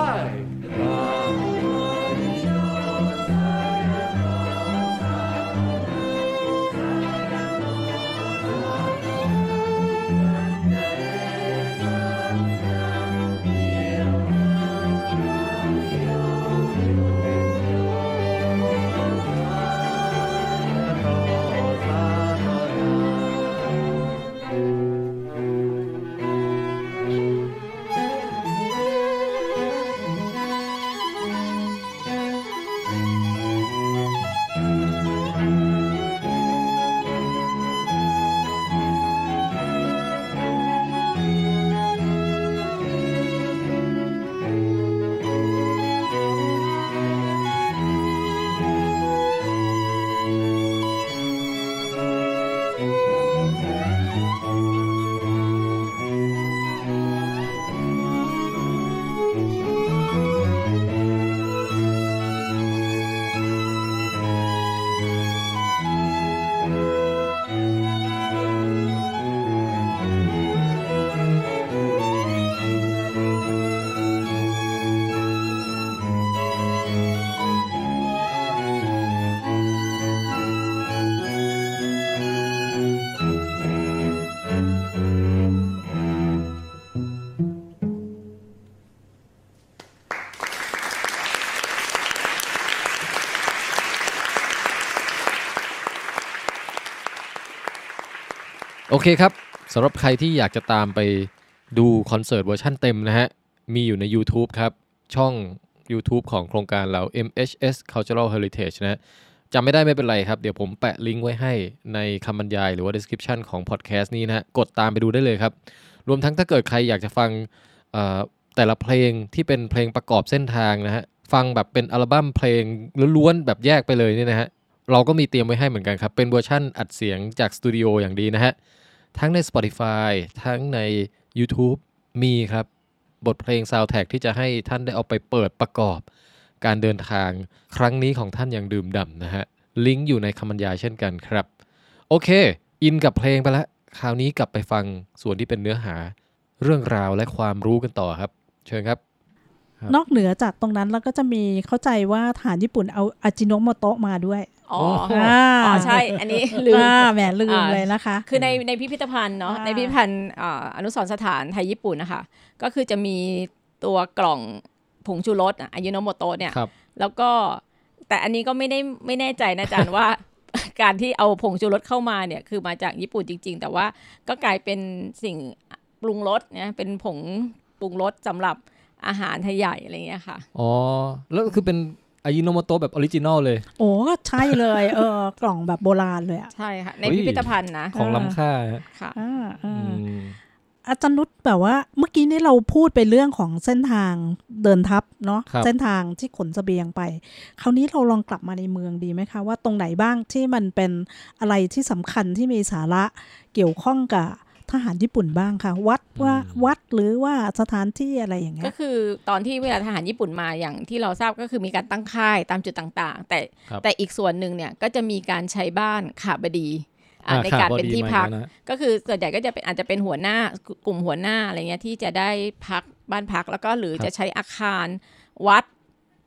Speaker 3: โอเคครับสำหรับใครที่อยากจะตามไปดูคอนเสิร์ตเวอร์ชั่นเต็มนะฮะมีอยู่ใน YouTube ครับช่อง YouTube ของโครงการเรา MHS Cultural Heritage นะจำไม่ได้ไม่เป็นไรครับเดี๋ยวผมแปะลิงก์ไว้ให้ในคำบรรยายหรือว่า description ของ podcast นี้นะฮะกดตามไปดูได้เลยครับรวมทั้งถ้าเกิดใครอยากจะฟังแต่ละเพลงที่เป็นเพลงประกอบเส้นทางนะฮะฟังแบบเป็นอัลบั้มเพลงล้วนๆแบบแยกไปเลยเนี่ยนะฮะเราก็มีเตรียมไว้ให้เหมือนกันครับเป็นเวอร์ชั่นอัดเสียงจากสตูดิโออย่างดีนะฮะทั้งใน Spotify ทั้งใน YouTube มีครับบทเพลง soundtrack ที่จะให้ท่านได้เอาไปเปิดประกอบการเดินทางครั้งนี้ของท่านอย่างดื่มด่ำนะฮะลิงก์อยู่ในคำบรรยายเช่นกันครับโอเคอินกับเพลงไปแล้วคราวนี้กลับไปฟังส่วนที่เป็นเนื้อหาเรื่องราวและความรู้กันต่อครับเชิญครับ
Speaker 1: นอกเหนือจากตรงนั้นแล้วก็จะมีเข้าใจว่าทหารญี่ปุ่นเอาอาจิโนโมโตะมาด้วย
Speaker 2: อ๋อใช่อันนี้ลืม
Speaker 1: แหมลืมเลยนะคะ
Speaker 2: คือในพิพิธภัณฑ์เนาะในพิพิธภัณฑ์อนุสรณ์สถานไทยญี่ปุ่นนะคะก็คือจะมีตัวกล่องผงชูรสอาจิโนโมโตะเนี่ยแล้วก็แต่อันนี้ก็ไม่แน่ใจนะอาจารย์ว่าการที่เอาผงชูรสเข้ามาเนี่ยคือมาจากญี่ปุ่นจริงๆแต่ว่าก็กลายเป็นสิ่งปรุงรสเนี่ยเป็นผงปรุงรสสำหรับอาหารไทยใหญ่อะไรเงี้ยค่ะ
Speaker 3: อ๋อแล้วคือเป็นอายิโนโมโตะแบบออริจินอลเลย
Speaker 1: โอ้ใช่เลยกล่องแบบโบราณเลยอ่ะ
Speaker 2: ใช่ค่ะในพิพิธภัณฑ์นะ
Speaker 3: ของล้ำค่า
Speaker 2: ค่ะ
Speaker 1: อาจารย์นุชแบบว่าเมื่อกี้นี้เราพูดไปเรื่องของเส้นทางเดินทัพเนาะเส้นทางที่ขนเสบียงไปคราวนี้เราลองกลับมาในเมืองดีไหมคะว่าตรงไหนบ้างที่มันเป็นอะไรที่สำคัญที่มีสาระเกี่ยวข้องกับทหารญี่ปุ่นบ้างค่ะวัดหรือว่าสถานที่อะไรอย่างเงี้ย
Speaker 2: ก็คือตอนที่เวลาทหารญี่ปุ่นมาอย่างที่เราทราบก็คือมีการตั้งค่ายตามจุดต่างๆแต่อีกส่วนหนึ่งเนี่ยก็จะมีการใช้บ้านขาบดีในการเป็นที่พักก็คือส่วนใหญ่ก็จะเป็นอาจจะเป็นหัวหน้ากลุ่มหัวหน้าอะไรเงี้ยที่จะได้พักบ้านพักแล้วก็หรือจะใช้อาคารวัด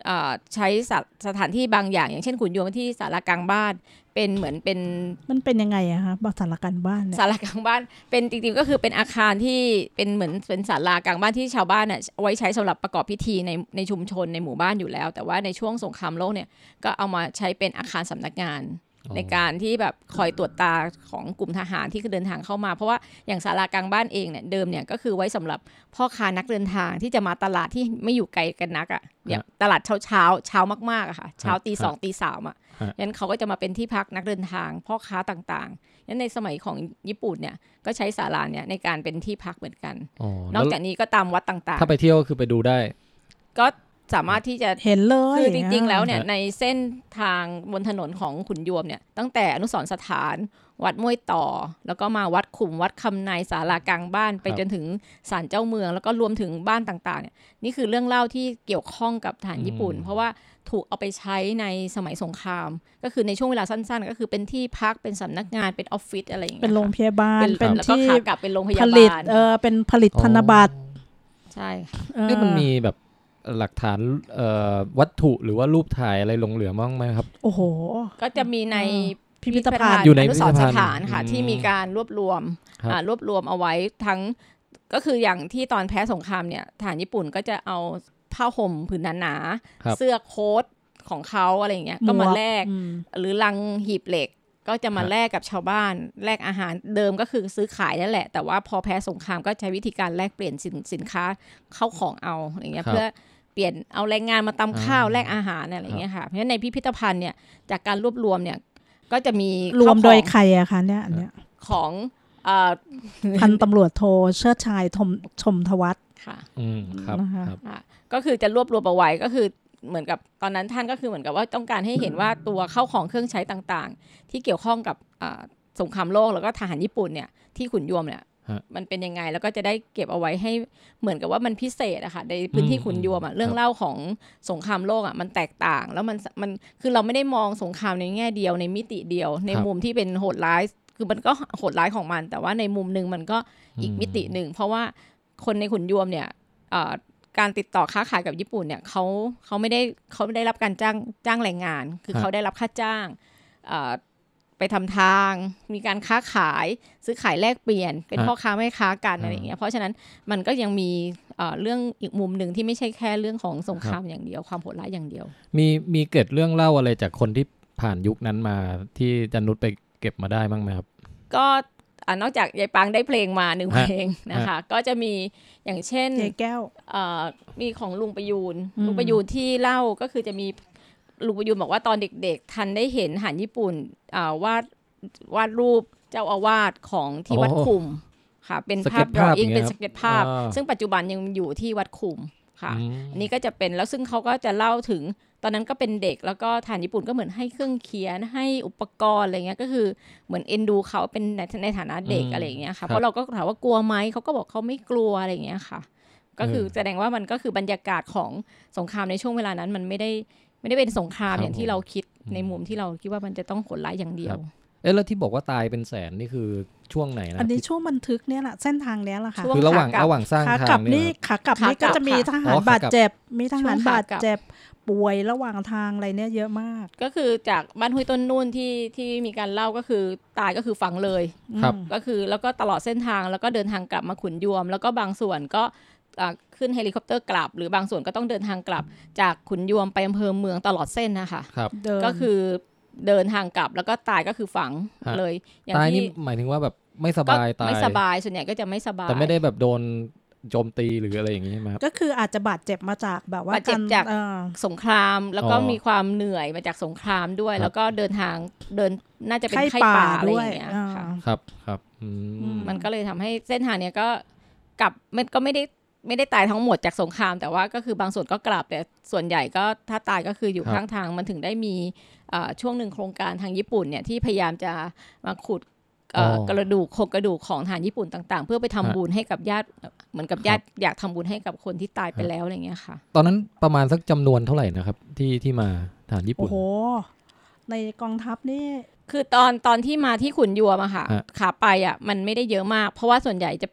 Speaker 2: ใช้สถานที่บางอย่างอย่างเช่นขุนยวมที่ศาลากลางบ้านเป็นเหมือนเป็น
Speaker 1: มันเป็นยังไงอะคะศาลากลางบ้าน
Speaker 2: ศาลากลางบ้านเป็นจริงๆก็คือเป็นอาคารที่เป็นเหมือนเป็นศาลากลางบ้านที่ชาวบ้านน่ะไว้ใช้สำหรับประกอบพิธีในชุมชนในหมู่บ้านอยู่แล้วแต่ว่าในช่วงสงครามโลกเนี่ยก็เอามาใช้เป็นอาคารสำนักงานในการที่แบบคอยตรวจตาของกลุ่มทหารที่เดินทางเข้ามาเพราะว่าอย่างศาลากลางบ้านเองเนี่ยเดิมเนี่ยก็คือไว้สำหรับพ่อค้านักเดินทางที่จะมาตลาดที่ไม่อยู่ไกลกันนักอ่ะอย่างตลาดเช้ามากๆอะค่ะเช้าตี 2 ตี 3อ่ะงั้นเขาก็จะมาเป็นที่พักนักเดินทางพ่อค้าต่างๆงั้นในสมัยของญี่ปุ่นเนี่ยก็ใช้ศาลาเนี่ยในการเป็นที่พักเหมือนกันนอกจากนี้ก็ตามวัดต่างๆ
Speaker 3: ถ้าไปเที่ยวก็คือไปดูได้
Speaker 2: ก็สามารถที่จะ
Speaker 1: เห็นเลย
Speaker 2: คือจริงๆแล้วเนี่ยในเส้นทางบนถนนของขุนยวมเนี่ยตั้งแต่อนุสรณ์สถานวัดม้วยต่อแล้วก็มาวัดขุมวัดคำในศาลากลางบ้านไปจนถึงศาลเจ้าเมืองแล้วก็รวมถึงบ้านต่างๆเนี่ยนี่คือเรื่องเล่าที่เกี่ยวข้องกับทหารญี่ปุ่นเพราะว่าถูกเอาไปใช้ในสมัยสงครามก็คือในช่วงเวลาสั้นๆก็คือเป็นที่พักเป็นสำนักงานเป็นออฟฟิศอะไรอย่างเงี้ย
Speaker 1: เป็นโรงพยาบาลเป็น
Speaker 2: ที่กลับเป็นโรงพยาบาล
Speaker 1: เป็นผลิตธนบัตร
Speaker 2: ใช่
Speaker 3: นี่มันมีแบบหลักฐานวัตถุหรือว่ารูปถ่ายอะไรหลงเหลือบ้างไหมครับ
Speaker 1: โอ้โห
Speaker 2: ก็จะมีใน
Speaker 1: พิพิธภัณฑ์
Speaker 3: อยู่ในพิพิธภัณฑ์
Speaker 2: สถานค่ะที่มีการรวบรวมเอาไว้ทั้งก็คืออย่างที่ตอนแพ้สงครามเนี่ยทหารญี่ปุ่นก็จะเอาผ้าห่มผืนหนาๆเสื้อโค้ทของเขาอะไรอย่างเงี้ยก็มาแลกหรือลังหีบเหล็กก็จะมาแลกกับชาวบ้านแลกอาหารเดิมก็คือซื้อขายนั่นแหละแต่ว่าพอแพ้สงครามก็ใช้วิธีการแลกเปลี่ยนสินค้าเข้าของเอาอย่างเงี้ยเพื่อเปลี่ยนเอาแรงงานมาตำข้าวแลกอาหารอะไรอย่างเงี้ยค่ะเพราะฉะนั้นในพิพิธภัณฑ์เนี่ยจากการรวบรวมเนี่ยก็จะมี
Speaker 1: รวมโดยใครอะคะเนี่ย
Speaker 2: ของ
Speaker 1: พันตำรวจโทเชิดชายชมทวัฒน์
Speaker 2: ค่ะ
Speaker 3: ครับ
Speaker 2: ก็คือจะรวบรวมเอาไว้ก็คือเหมือนกับตอนนั้นท่านก็คือเหมือนกับว่าต้องการให้เห็นว่าตัวเข้าของเครื่องใช้ต่างๆที่เกี่ยวข้องกับสงครามโลกแล้วก็ทหารญี่ปุ่นเนี่ยที่ขุนยวมเนี่ยมันเป็นยังไงแล้วก็จะได้เก็บเอาไว้ให้เหมือนกับว่ามันพิเศษอะค่ะในพื้นที่ขุนยวมอะเรื่องเล่าของสงครามโลกอะมันแตกต่างแล้วมันคือเราไม่ได้มองสงครามในแง่เดียวในมิติเดียวในมุมที่เป็นโหดร้ายคือมันก็โหดร้ายของมันแต่ว่าในมุมนึงมันก็อีกมิตินึงเพราะว่าคนในขุนยวมเนี่ยการติดต่อค้าขายกับญี่ปุ่นเนี่ยเขาไม่ได้รับการจ้างแรงงานคือเขาได้รับค่าจ้างไปทำทางมีการค้าขายซื้อขายแลกเปลี่ยนเป็นพ่อค้าแม่ค้ากันอะไรอย่างเงี้ยเพราะฉะนั้นมันก็ยังมีเรื่องอีกมุมนึงที่ไม่ใช่แค่เรื่องของสงครามอย่างเดียวความโหดร้ายอย่างเดียว
Speaker 3: มีเกิดเรื่องเล่าอะไรจากคนที่ผ่านยุคนั้นมาที่จันนุชไปเก็บมาได้บ้างไหมครับ
Speaker 2: ก็นอกจากยายปางได้เพลงมา1เพลงนะคะก็จะมีอย่างเช่น
Speaker 1: ยายแก้ว
Speaker 2: มีของลุงประยูนที่เล่าก็คือจะมีลุงประยูนบอกว่าตอนเด็กๆทันได้เห็นทหารญี่ปุ่นวาดรูปเจ้าอาวาสของที่วัดขุมค่ะเป็นภาพดรออิ่งเป็นสเก็ตภาพซึ่งปัจจุบันยังอยู่ที่วัดขุมค่ะอันนี้ก็จะเป็นแล้วซึ่งเขาก็จะเล่าถึงตอนนั้นก็เป็นเด็กแล้วก็ทหารญี่ปุ่นก็เหมือนให้เครื่องเขียนให้อุปกรณ์อะไรเงี้ยก็คือเหมือนเอ็นดูเขาเป็นในฐานะเด็กอะไรอย่างเงี้ยค่ะเพราะเราก็ถามว่ากลัวไหมเขาก็บอกเขาไม่กลัวอะไรอย่างเงี้ยค่ะก็คือแสดงว่ามันก็คือบรรยากาศของสงครามในช่วงเวลานั้นมันไม่ได้เป็นสงครามอย่างที่เราคิดในมุมที่เราคิดว่ามันจะต้องโหดร้ายอย่างเดียว
Speaker 3: แล้วที่บอกว่าตายเป็นแสนนี่คือช่วงไหนนะ
Speaker 1: อันนี้ช่วงบันทึกเนี่ยแหละเส้นทางเนี้ยแหละค่ะ
Speaker 3: คือระหว่างสร้างทาง
Speaker 1: นี่ขากลับนี่ก็จะมีทหารบาดเจ็บมีทหารบาดเจ็บป่วยระหว่างทางอะไรเนี่ยเยอะมาก
Speaker 2: ก็คือจากบ้านห้วยต้นนู่นที่มีการเล่าก็คือตายก็คือฝังเลยก็คือแล้วก็ตลอดเส้นทางแล้วก็เดินทางกลับมาขุนยวมแล้วก็บางส่วนก็ขึ้นเฮลิคอปเตอร์กลับหรือบางส่วนก็ต้องเดินทางกลับจากขุนยวมไปอำเภอเมืองตลอดเส้นนะคะก็คือเดินทางกลับแล้วก็ตายก็คือฝังเลย
Speaker 3: ตายนี่หมายถึงว่าแบบไม่สบายตาย
Speaker 2: ไม่สบายส่วนใหญ่ก็จะไม่สบาย
Speaker 3: แต่ไม่ได้แบบโดนโจมตีหรืออะไรอย่างนี้ใช่ไหมครับ
Speaker 1: ก็คืออาจจะบาดเจ็บมาจากแบบว่า
Speaker 2: บาดเจ็บจากสงครามแล้วก็มีความเหนื่อยมาจากสงครามด้วยแล้วก็เดินน่าจะเป็นไข้ป่าอะไรอย่างเงี้ย
Speaker 3: ครับ
Speaker 2: มันก็เลยทำให้เส้นทางเนี้ยก็กลับมันก็ไม่ได้ตายทั้งหมดจากสงครามแต่ว่าก็คือบางส่วนก็กลับแต่ส่วนใหญ่ก็ถ้าตายก็คืออยู่ข้างทางมันถึงได้มีช่วงหนึ่งโครงการทางญี่ปุ่นเนี่ยที่พยายามจะมาขุดกระดูกโครงกระดูกของทหารญี่ปุ่นต่างๆเพื่อไปทำบุญให้กับญาติเหมือนกับญาติอยากทำบุญให้กับคนที่ตายไปแล้วอะไรเงี้ยค่ะ
Speaker 3: ตอนนั้นประมาณสักจำนวนเท่าไหร่นะครับที่มาทหารญี่ปุ่น
Speaker 1: โอ้โหในกองทัพนี่
Speaker 2: คือตอนที่มาที่ขุนยวมอะค่ะขาไปอะมันไม่ได้เยอะมากเพราะว่าส่วนใหญ่จะเป็น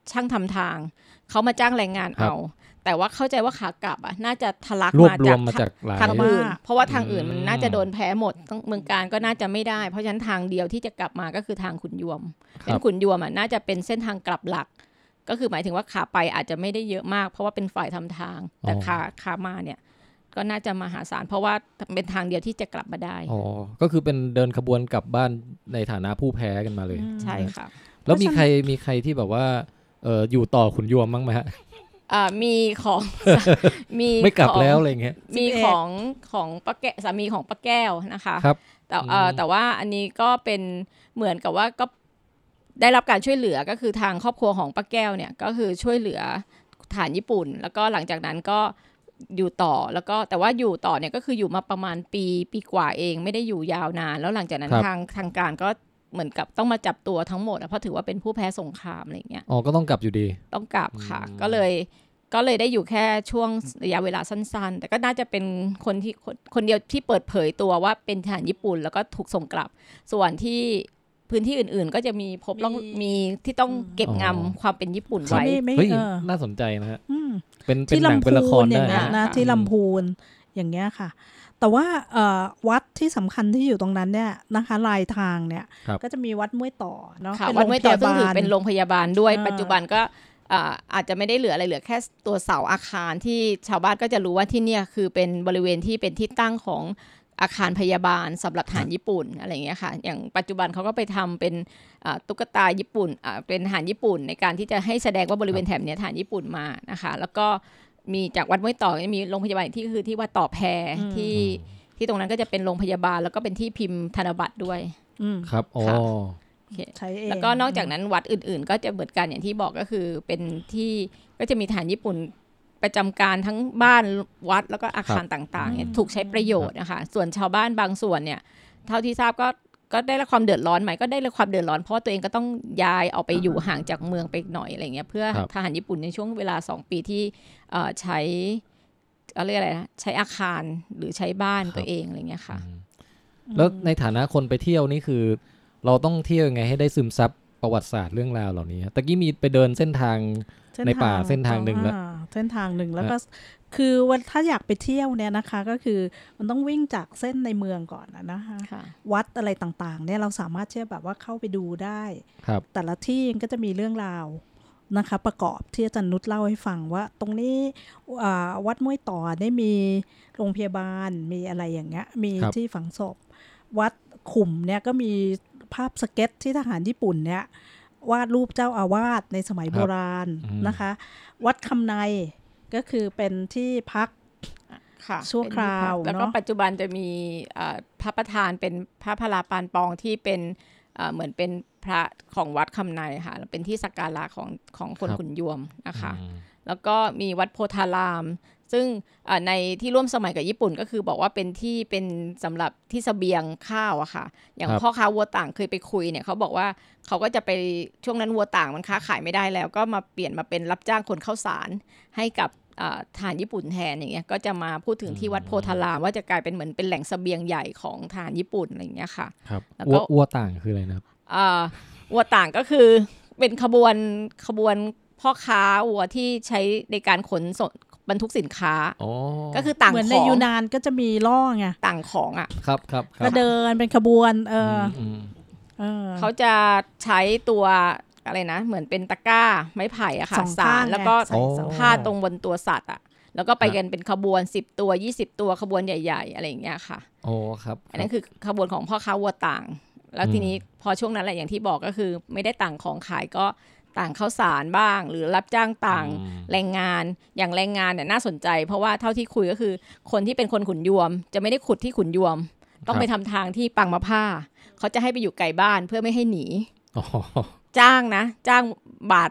Speaker 2: ช่างทำทางเขามาจ้างแรงงานเอาแต่ว่าเข้าใจว่าขากลับน่าจะทะลักมาจากทางอื่นเพราะว่าทางอื่นมันน่าจะโดนแพ้หมดเมืองการก็น่าจะไม่ได้เพราะฉะนั้นทางเดียวที่จะกลับมาก็คือทางขุนยวมเป็นขุนยวมน่าจะเป็นเส้นทางกลับหลักก็คือหมายถึงว่าขาไปอาจจะไม่ได้เยอะมากเพราะว่าเป็นฝ่ายทำทางแต่ขามาเนี่ยก็น่าจะมหาศาลเพราะว่าเป็นทางเดียวที่จะกลับมาได้
Speaker 3: อ๋อก็คือเป็นเดินขบวนกลับบ้านในฐานะผู้แพ้กันมาเลย
Speaker 2: ใช่ค่ะ
Speaker 3: แล้วมีใครที่แบบว่าอยู่ต่อขุนยวมบ้างไหมฮะ
Speaker 2: มีของมี
Speaker 3: ไม่กลับแล้วอะไรเงี้ย
Speaker 2: มีของป้าแก้วสามีของป้าแก้วนะคะ
Speaker 3: ครับ
Speaker 2: แต่ว่าอันนี้ก็เป็นเหมือนกับว่าก็ได้รับการช่วยเหลือก็คือทางครอบครัวของป้าแก้วเนี่ยก็คือช่วยเหลือทหารญี่ปุ่นแล้วก็หลังจากนั้นก็อยู่ต่อแล้วก็แต่ว่าอยู่ต่อเนี่ยก็คืออยู่มาประมาณปีกว่าเองไม่ได้อยู่ยาวนานแล้วหลังจากนั้นทางการก็เหมือนกับต้องมาจับตัวทั้งหมดเพราะถือว่าเป็นผู้แพ้สงครามอะไรอย่างเงี้ย
Speaker 3: อ๋อก็ต้องกลับอยู่ดี
Speaker 2: ต้องกลับค่ะก็เลยได้อยู่แค่ช่วงระยะเวลาสั้นๆแต่ก็น่าจะเป็นคนเดียวที่เปิดเผยตัวว่าเป็นทหารญี่ปุ่นแล้วก็ถูกส่งกลับส่วนที่พื้นที่อื่นๆก็จะมีพบแล้วมีที่ต้องเก็บงำความเป็นญี่ปุ่นไว้
Speaker 3: เฮ้ยน่าสนใจนะฮะเป็นหนังเป็นละครได้
Speaker 1: นะที่ลำพูนอย่างเงี้ยค่ะแต่ว่าวัดที่สำคัญที่อยู่ตรงนั้นเนี่ยนะคะลายทางเนี่ยก็จะมีวัดม้วยต่อเนาะ
Speaker 2: วัดม้วยต่อซึ่งถือเป็นโรงพยาบาลด้วยปัจจุบันก็อาจจะไม่ได้เหลืออะไรเหลือแค่ตัวเสาอาคารที่ชาวบ้านก็จะรู้ว่าที่เนี่ยคือเป็นบริเวณที่เป็นที่ตั้งของอาคารพยาบาลสำหรับทหารญี่ปุ่นอะไรอย่างเงี้ยค่ะอย่างปัจจุบันเขาก็ไปทำเป็นตุ๊กตาญี่ปุ่นเป็นทหารญี่ปุ่นในการที่จะให้แสดงว่าบริเวณแถบเนี้ยทหารญี่ปุ่นมานะคะแล้วก็มีจากวัดม้วยต่อมีโรงพยาบาลที่คือที่วัดต่อแพที่ตรงนั้นก็จะเป็นโรงพยาบาลแล้วก็เป็นที่พิมพ์ธนบัตรด้วย
Speaker 3: ครับอ๋อ
Speaker 2: แล้วก็นอกจากนั้นวัดอื่นๆก็จะเหมือนกันอย่างที่บอกก็คือเป็นที่ก็จะมีทหารญี่ปุ่นประจำการทั้งบ้านวัดแล้วก็อาคารต่างๆเนี่ยถูกใช้ประโยชน์นะคะส่วนชาวบ้านบางส่วนเนี่ยเท่าที่ทราบก็ได้รับความเดือดร้อนไหมก็ได้รับความเดือดร้อนเพราะตัวเองก็ต้องย้ายออกไปอยู่ห่างจากเมืองไปหน่อยอะไรเงี้ยเพื่อทหารญี่ปุ่นในช่วงเวลา2ปีที่ใช้อะไรนะใช้อาคารหรือใช้บ้านตัวเองอะไรเงี้ยค่ะ
Speaker 3: แล้วในฐานะคนไปเที่ยวนี่คือเราต้องเที่ยวยังไงให้ได้ซึมซับประวัติศาสตร์เรื่องราวเหล่านี้ตะกี้มีไปเดินเส้นทางในป่าเส้นทางหนึ่งแล้ว
Speaker 1: แล้วก็คือว่าถ้าอยากไปเที่ยวเนี่ยนะคะก็คือมันต้องวิ่งจากเส้นในเมืองก่อนนะคะวัดอะไรต่างๆเนี่ยเราสามารถที่จะแบบว่าเข้าไปดูได้แต่ละที่ก็จะมีเรื่องราวนะคะประกอบที่อาจารย์นุชเล่าให้ฟังว่าตรงนี้วัดม้วยต่อได้มีโรงพยาบาลมีอะไรอย่างเงี้ยมีที่ฝังศพวัดขุมเนี่ยก็มีภาพสเก็ตที่ทหารญี่ปุ่นเนี่ยวาดรูปเจ้าอาวาสในสมัยโบราณนะคะวัดคำในก็คือเป็นที่พักชั่วคราว
Speaker 2: แล้วก็ปัจจุบันจะมีพระประธานเป็นพระพลาปานปองที่เป็นเหมือนเป็นพระของวัดคำในค่ะเป็นที่สักการะของคนขุนยวมนะคะแล้วก็มีวัดโพธารามซึ่งในที่ร่วมสมัยกับญี่ปุ่นก็คือบอกว่าเป็นที่เป็นสำหรับที่เสบียงข้าวอะค่ะอย่างพ่อค้าวัวต่างเคยไปคุยเนี่ยเขาบอกว่าเขาก็จะไปช่วงนั้นวัวต่างมันค้าขายไม่ได้แล้วก็มาเปลี่ยนมาเป็นรับจ้างคนข้าวสารให้กับทหารญี่ปุ่นแทนอย่างเงี้ยก็จะมาพูดถึงที่วัดโพธารามว่าจะกลายเป็นเหมือนเป็นแหล่งเสบียงใหญ่ของทหารญี่ปุ่นอะไรอย่างเงี้ยค่ะ
Speaker 3: แล้วก็วัวต่างคืออะไรนะครับ
Speaker 2: วัวต่างก็คือเป็นขบวนพ่อค้าวัวที่ใช้ในการขนส่งบรรทุกสินค้าก็คือต่างของเหมือน
Speaker 1: ในยูนานก็จะมีล่อไง
Speaker 2: ต่างของ
Speaker 3: ครับ
Speaker 1: ก็เดินเป็นขบวน
Speaker 2: เขาจะใช้ตัวอะไรนะเหมือนเป็นตะกร้าไม้ไผ่ค่ะสารแล้วก็ผ้าตรงบนตัวสัตว์แล้วก็ไปกันเป็นขบวน10ตัว20ตัวขบวนใหญ่ๆอะไรอย่างเงี้ยค่ะ
Speaker 3: ครับ
Speaker 2: อันนั้นคือขบวนของพ่อค้าวัวต่างแล้วทีนี้พอช่วงนั้นแหละอย่างที่บอกก็คือไม่ได้ต่างของขายก็ต่างข้าวสารบ้างหรือรับจ้างต่างแรงงานอย่างแรงงานเนี่ยน่าสนใจเพราะว่าเท่าที่คุยก็คือคนที่เป็นคนขุนยวมจะไม่ได้ขุดที่ขุนยวมต้องไปทำทางที่ปางมะผ้าเขาจะให้ไปอยู่ไกลบ้านเพื่อไม่ให้หนีจ้างบาท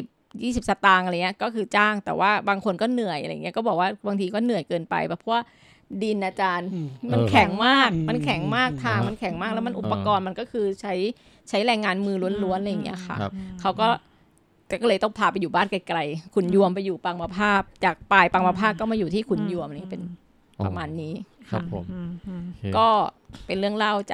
Speaker 2: 20สตางค์อะไรเงี้ยก็คือจ้างแต่ว่าบางคนก็เหนื่อยอะไรเงี้ยก็บอกว่าบางทีก็เหนื่อยเกินไปเพราะว่าดินอาจารย์มันแข็งมากทางมันแข็งมากแล้วมันอุปกรณ์มันก็คือใช้แรงงานมือล้วนๆอะไรอย่างเงี้ยค่ะเขาก็เลยต้องพาไปอยู่บ้านไกลๆขุนยวมไปอยู่ปางมะผ้าจากปลายปางมะผ้าก็มาอยู่ที่ขุนยวมนี่เป็นประมาณนี้
Speaker 3: ครับผม
Speaker 2: ก็เป็นเรื่องเล่าจาก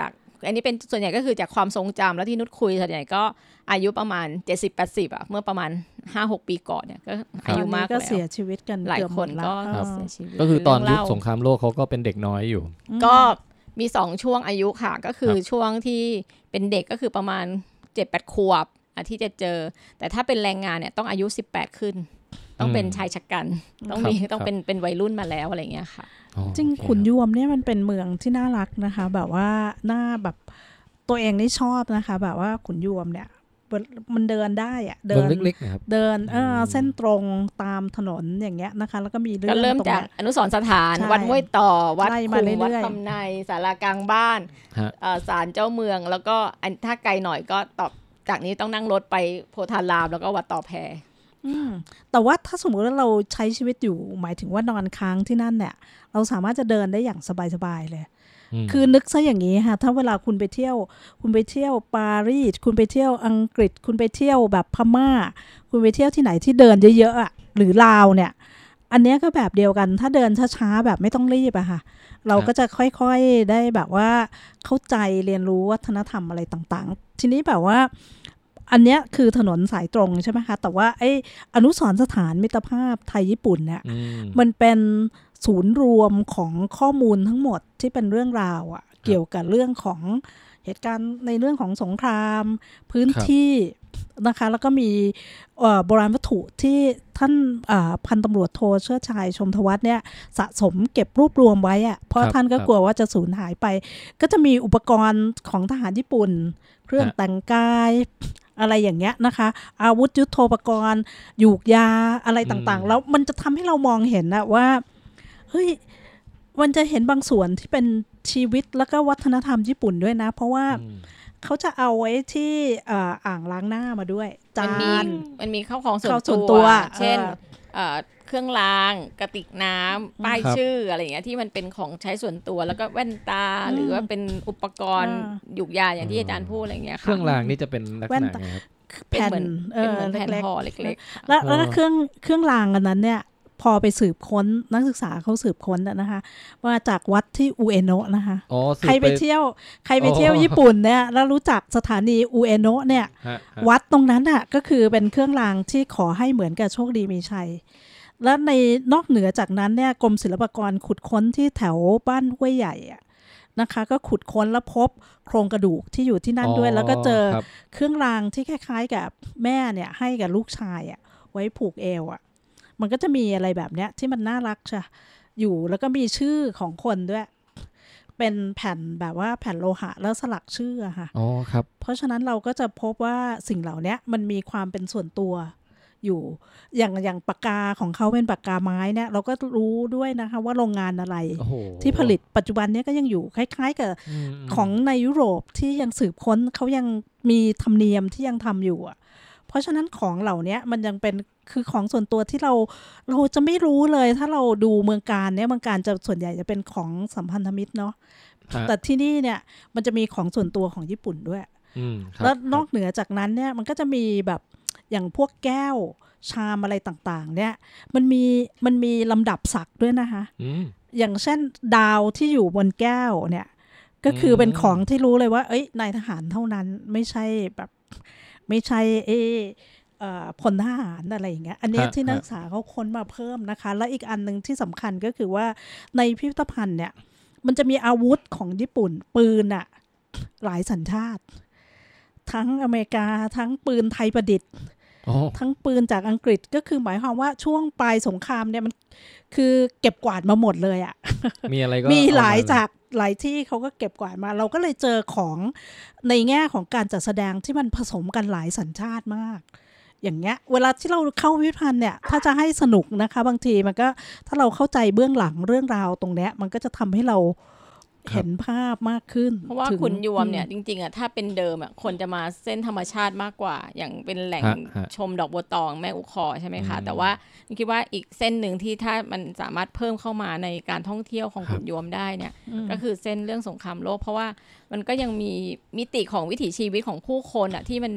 Speaker 2: อันนี้เป็นส่วนใหญ่ก็คือจากความทรงจำแล้วที่นุชคุยส่วนใหญ่ก็อายุประมาณ 70-80 อ่ะเมื่อประมาณ 5-6 ปีก่อนเนี่ยก็อายุมากแล้วก็
Speaker 1: เสียชีวิตกัน
Speaker 2: หลายคนก็เสียชีวิต
Speaker 3: ก็คือตอนยุคสงครามโลกเขาก็เป็นเด็กน้อยอยู่
Speaker 2: ก็มี2ช่วงอายุค่ะก็คือช่วงที่เป็นเด็กก็คือประมาณ 7-8 ขวบที่จะเจอแต่ถ้าเป็นแรงงานเนี่ยต้องอายุ18ขึ้นต้องเป็นชายชะกันต้องเป็นวัยรุ่นมาแล้วอะไรเงี้ยค่ะ
Speaker 1: จริงขุนยวมเนี่ยมันเป็นเมืองที่น่ารักนะคะแบบว่าน่าแบบตัวเองนี่ชอบนะคะแบบว่าขุนยวมเนี่ยมันเดินได้อะ
Speaker 3: เดินเล็กๆนะครับ
Speaker 1: เดินเส้นตรงตามถนนอย่างเงี้ยนะคะแล้วก็มี
Speaker 2: ก็เริ่มจากอนุสรณ์สถานวัดห้วยต่อวัดคุมวัดคำในศาลากลางบ้านศาลเจ้าเมืองแล้วก็ถ้าไกลหน่อยก็ต่อจากนี้ต้องนั่งรถไปโพธารามแล้วก็วัดต่อแพ
Speaker 1: แต่ว่าถ้าสมมติว่าเราใช้ชีวิตอยู่หมายถึงว่านอนค้างที่นั่นเนี่ยเราสามารถจะเดินได้อย่างสบายๆเลยคือนึกซะอย่างนี้ค่ะถ้าเวลาคุณไปเที่ยวปารีสคุณไปเที่ยวอังกฤษคุณไปเที่ยวแบบพม่าคุณไปเที่ยวที่ไหนที่เดินเยอะๆอ่ะหรือลาวเนี่ยอันนี้ก็แบบเดียวกันถ้าเดินช้าๆแบบไม่ต้องรีบอะค่ะเราก็จะค่อยๆได้แบบว่าเข้าใจเรียนรู้วัฒนธรรมอะไรต่างๆทีนี้แบบว่าอันเนี้ยคือถนนสายตรงใช่ไหมคะแต่ว่าไอ้อนุสรณ์สถานมิตรภาพไทยญี่ปุ่นเนี่ยมันเป็นศูนย์รวมของข้อมูลทั้งหมดที่เป็นเรื่องราวอ่ะเกี่ยวกับเรื่องของเหตุการณ์ในเรื่องของสงครามพื้นที่นะคะแล้วก็มีโบราณวัตถุที่ท่านพันตำรวจโทเชิดชัยชมทวัฒน์เนี่ยสะสมเก็บรวบรวมไว้อ่ะเพราะท่านก็กลัวว่าจะสูญหายไปก็จะมีอุปกรณ์ของทหารญี่ปุ่นเครื่องแต่งกายอะไรอย่างเงี้ยนะคะอาวุธยุทโธปกรณ์หยูกยาอะไรต่างๆแล้วมันจะทำให้เรามองเห็นนะว่าเฮ้ยมันจะเห็นบางส่วนที่เป็นชีวิตแล้วก็วัฒนธรรมญี่ปุ่นด้วยนะเพราะว่าเขาจะเอาไว้ที่อ่างล้างหน้ามาด้วยจาน
Speaker 2: มันมีข้าวของส่วนตัวเช่นเครื่องล้างกระติกน้ำป้ายชื่ออะไรอย่างเงี้ยที่มันเป็นของใช้ส่วนตัวแล้วก็แว่นตาหรือว่าเป็นอุปกรณ์หยูกยาอย่างที่อาจารย์พูดอะไรอย่างเงี้ยค่ะ
Speaker 3: เครื่องล้างนี่จะเป็นลักษณะไงครับ
Speaker 2: เป็นเหมือนแผ่นห่อเล็ก
Speaker 1: ๆแล้วเครื่องล้างอันนั้นเนี่ยพอไปสืบค้นนักศึกษาเขาสืบค้นนะคะว่าจากวัดที่อุเอโนะนะคะใครไปเที่ยวญี่ปุ่นเนี่ยแล้วรู้จักสถานีอุเอโนะเนี่ยวัดตรงนั้นอ่ะก็คือเป็นเครื่องรางที่ขอให้เหมือนกับโชคดีมีชัยและในนอกเหนือจากนั้นเนี่ยกรมศิลปากรขุดค้นที่แถวบ้านห้วยใหญ่นะคะก็ขุดค้นแล้วพบโครงกระดูกที่อยู่ที่นั่นด้วยแล้วก็เจอเครื่องรางที่คล้ายๆกับแม่เนี่ยให้กับลูกชายไว้ผูกเอวมันก็จะมีอะไรแบบเนี้ยที่มันน่ารักใช่อยู่แล้วก็มีชื่อของคนด้วยเป็นแผ่นแบบว่าแผ่นโลหะแล้วสลักชื่อค่ะ
Speaker 3: อ๋อครับ
Speaker 1: เพราะฉะนั้นเราก็จะพบว่าสิ่งเหล่านี้มันมีความเป็นส่วนตัวอยู่อย่างปากกาของเขาเป็นปากกาไม้เนี่ยเราก็รู้ด้วยนะคะว่าโรงงานอะไรที่ผลิตปัจจุบันนี้ก็ยังอยู่คล้ายๆกับของในยุโรปที่ยังสืบค้นเขายังมีธรรมเนียมที่ยังทำอยู่เพราะฉะนั้นของเหล่านี้มันยังเป็นคือของส่วนตัวที่เราจะไม่รู้เลยถ้าเราดูเมืองการเนี่ยเมืองการจะส่วนใหญ่จะเป็นของสัมพันธมิตรเนาะแต่ที่นี่เนี่ยมันจะมีของส่วนตัวของญี่ปุ่นด้วยแล้วนอกเหนือจากนั้นเนี่ยมันก็จะมีแบบอย่างพวกแก้วชามอะไรต่างๆเนี่ยมันมีลำดับศักดิ์ด้วยนะคะอย่างเช่นดาวที่อยู่บนแก้วเนี่ยก็คือเป็นของที่รู้เลยว่าเอ้ยนายทหารเท่านั้นไม่ใช่แบบไม่ใช่พลทหารอะไรอย่างเงี้ยอันนี้ที่นักศึกษาเขาค้นมาเพิ่มนะคะและอีกอันนึงที่สำคัญก็คือว่าในพิพิธภัณฑ์เนี่ยมันจะมีอาวุธของญี่ปุ่นปืนหลายสัญชาติทั้งอเมริกาทั้งปืนไทยประดิษฐ์ทั้งปืนจากอังกฤษก็คือหมายความว่าช่วงปลายสงครามเนี่ยมันคือเก็บกวาดมาหมดเลย
Speaker 3: มีอะไรก็
Speaker 1: มีหลายที่เขาก็เก็บกวาดมาเราก็เลยเจอของในแง่ของการจัดแสดงที่มันผสมกันหลายสัญชาติมากอย่างเงี้ยเวลาที่เราเข้าพิพิธภัณฑ์เนี่ยถ้าจะให้สนุกนะคะบางทีมันก็ถ้าเราเข้าใจเบื้องหลังเรื่องราวตรงเนี้ยมันก็จะทำให้เราเห็นภาพมากขึ้น
Speaker 2: เพราะว่าขุนยวมเนี่ยจริงๆถ้าเป็นเดิมคนจะมาเส้นธรรมชาติมากกว่าอย่างเป็นแหล่งชมดอกบัวตองแม่อุคอใช่ไหมคะแต่ว่าคิดว่าอีกเส้นหนึ่งที่ถ้ามันสามารถเพิ่มเข้ามาในการท่องเที่ยวของขุนยวมได้เนี่ยก็คือเส้นเรื่องสงครามโลกเพราะว่ามันก็ยังมีมิติของวิถีชีวิตของผู้คนที่มัน